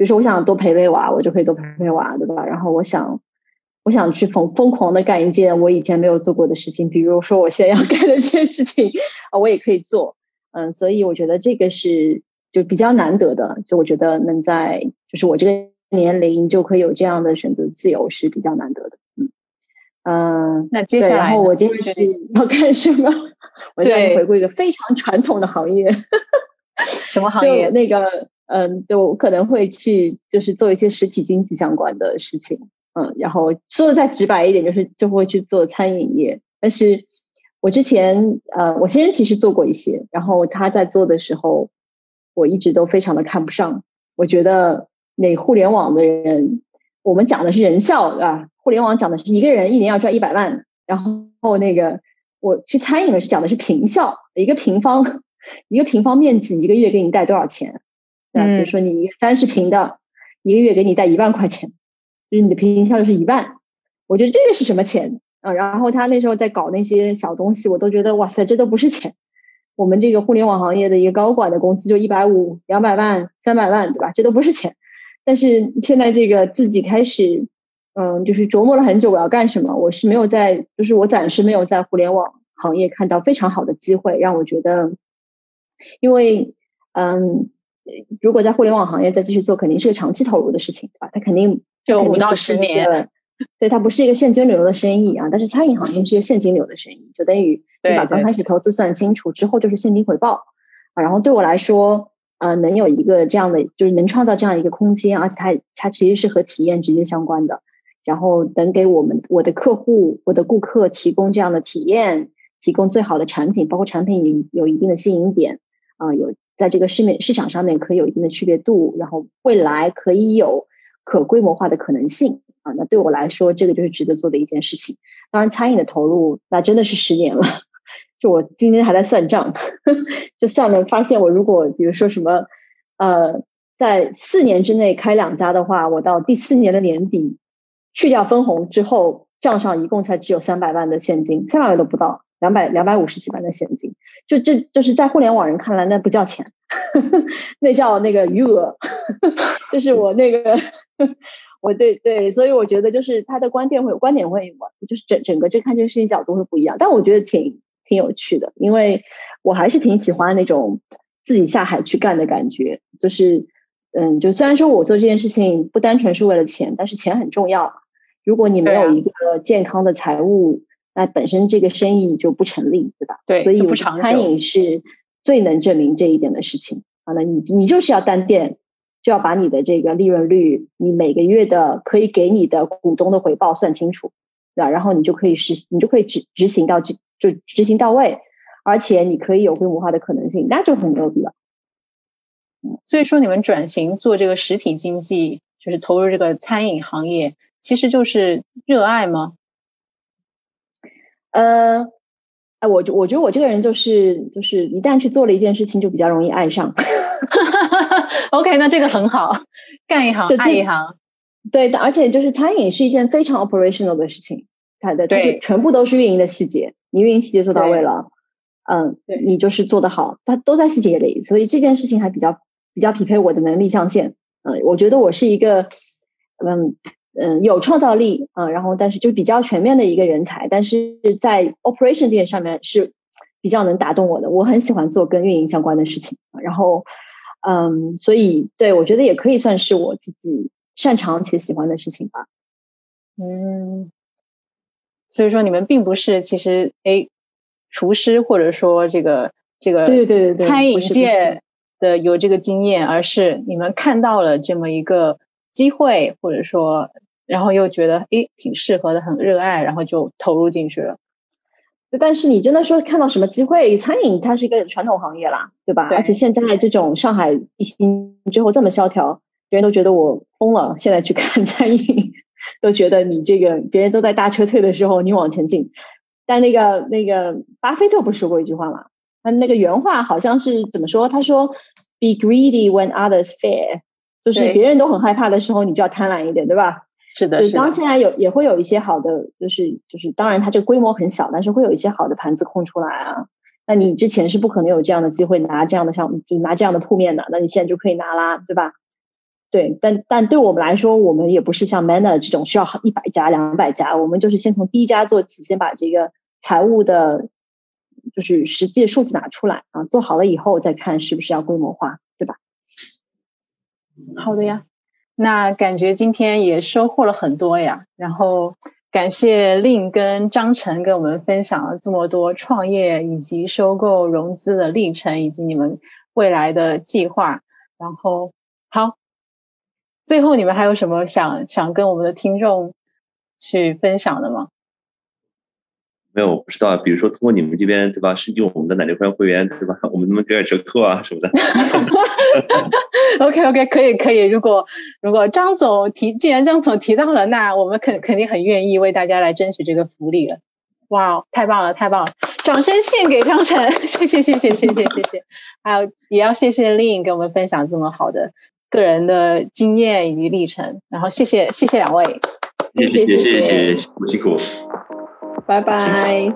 如说我想多陪陪娃，我就可以多陪陪娃，对吧？然后我想我想去疯疯狂的干一件我以前没有做过的事情，比如说我现在要干的这件事情啊，我也可以做。嗯，所以我觉得这个是就比较难得的，就我觉得能在就是我这个年龄就可以有这样的选择自由是比较难得的。嗯嗯、呃， 那接下来然后我接下来是要干什么？我现在回顾一个非常传统的行业。 什么行业？ 就那个嗯，就我可能会去就是做一些实体经济相关的事情。嗯，然后说的再直白一点，就是就会去做餐饮业。但是我之前呃，我先生其实做过一些，然后他在做的时候，我一直都非常的看不上。我觉得那互联网的人，我们讲的是人效啊，互联网讲的是一个人一年要赚一百万，然后那个我去餐饮的是讲的是平效，一个平方一个平方面积一个月给你带多少钱？对，比如说你三十平的，一个月给你带一万块钱。就是你的平效就是一万，我觉得这个是什么钱啊？然后他那时候在搞那些小东西，我都觉得哇塞，这都不是钱。我们这个互联网行业的一个高管的工资就一百五、两百万、三百万，对吧？这都不是钱。但是现在这个自己开始，嗯，就是琢磨了很久我要干什么。我是没有在，就是我暂时没有在互联网行业看到非常好的机会，让我觉得，因为嗯，如果在互联网行业再继续做，肯定是个长期投入的事情，对吧？它肯定。 就五到十年， 对，它不是一个现金流的生意啊，但是餐饮行业是一个现金流的生意，就等于你把刚开始投资算清楚之后就是现金回报啊。然后对我来说，呃，能有一个这样的，就是能创造这样一个空间，而且它它其实是和体验直接相关的，然后能给我们我的客户、我的顾客提供这样的体验，提供最好的产品，包括产品有一定的吸引点啊、呃，有在这个市面市场上面可以有一定的区别度，然后未来可以有可规模化的可能性啊，那对我来说，这个就是值得做的一件事情。当然，餐饮的投入那真的是十年了，就我今天还在算账，呵呵就算了，发现我如果比如说什么呃，在四年之内开两家的话，我到第四年的年底去掉分红之后，账上一共才只有三百万的现金，三百万都不到，两百两百五十几万的现金，就这就是在互联网人看来那不叫钱，呵呵那叫那个余额，呵呵就是我那个。我对对，所以我觉得就是他的观点会观点会，就是整整个这看这个事情角度会不一样，但我觉得挺挺有趣的，因为我还是挺喜欢那种自己下海去干的感觉，就是嗯，就虽然说我做这件事情不单纯是为了钱，但是钱很重要，如果你没有一个健康的财务，那本身这个生意就不成立，对吧？ 对， 所以我觉得餐饮是最能证明这一点的事情啊，那你你就是要单店。就要把你的这个利润率，你每个月的可以给你的股东的回报算清楚，对吧？然后你就可以实，你就可以执执行到就执行到位，而且你可以有规模化的可能性，那就很牛逼了。 所以说，你们转型做这个实体经济，就是投入这个餐饮行业，其实就是热爱吗？ 呃，哎，我我觉得我这个人就是就是一旦去做了一件事情，就比较容易爱上。 OK， 那这个很好，干一行爱一行。 对的，而且就是餐饮是一件非常 operational 的事情，它的它就全部都是运营的细节，你运营细节做到位了，嗯，你就是做得好，它都在细节里，所以这件事情还比较比较匹配我的能力象限。嗯，我觉得我是一个嗯嗯有创造力啊、嗯，然后但是就比较全面的一个人才，但是在 operation 这件上面是比较能打动我的，我很喜欢做跟运营相关的事情，然后。嗯，所以对我觉得也可以算是我自己擅长且喜欢的事情吧。 嗯，所以说你们并不是其实诶厨师或者说这个这个对对对餐饮界的有这个经验，而是你们看到了这么一个机会，或者说然后又觉得诶挺适合的，很热爱，然后就投入进去了。 但是你真的说看到什么机会，餐饮它是一个传统行业啦，对吧？对，而且现在这种上海疫情之后这么萧条，别人都觉得我疯了，现在去看餐饮都觉得你这个别人都在大撤退的时候你往前进。但那个那个巴菲特不是说过一句话吗？他那个原话好像是怎么说，他说 Be greedy when others fear， 就是别人都很害怕的时候你就要贪婪一点，对吧？ 是的， 就是当现在有也会有一些好的，就是就是当然它这个规模很小，但是会有一些好的盘子空出来啊。那你之前是不可能有这样的机会拿这样的项目，就拿这样的铺面的，那你现在就可以拿啦，对吧？ 对，但但对我们来说，我们也不是像 Manner 这种需要一百家、两百家，我们就是先从第一家做起，先把这个财务的，就是实际的数字拿出来啊，做好了以后再看是不是要规模化，对吧？ 好的呀，那感觉今天也收获了很多呀，然后感谢令跟张晨跟我们分享了这么多创业以及收购融资的历程，以及你们未来的计划。然后好，最后你们还有什么想想跟我们的听众去分享的吗？ 没有，我不知道，比如说通过你们这边，对吧，是用我们的奶牛会员会员，对吧，我们能不能给点折扣啊什么的 OK OK 可以可以，如果如果张总提，既然张总提到了，那我们肯肯定很愿意为大家来争取这个福利了。哇，太棒了太棒了，掌声献给张晨，谢谢谢谢谢谢谢谢，还有也要谢谢 Lin 给我们分享这么好的个人的经验以及历程，然后谢谢谢谢两位， 谢谢谢谢谢谢，辛苦， 拜拜。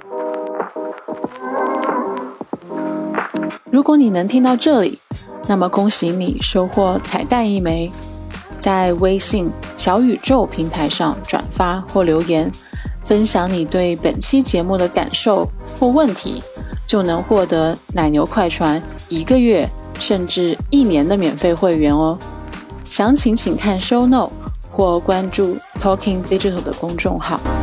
如果你能听到这里，那么恭喜你收获彩蛋一枚，在微信小宇宙平台上转发或留言，分享你对本期节目的感受或问题，就能获得奶牛快传一个月甚至一年的免费会员哦。详情请看 show note 或关注 Talking Digital 的公众号。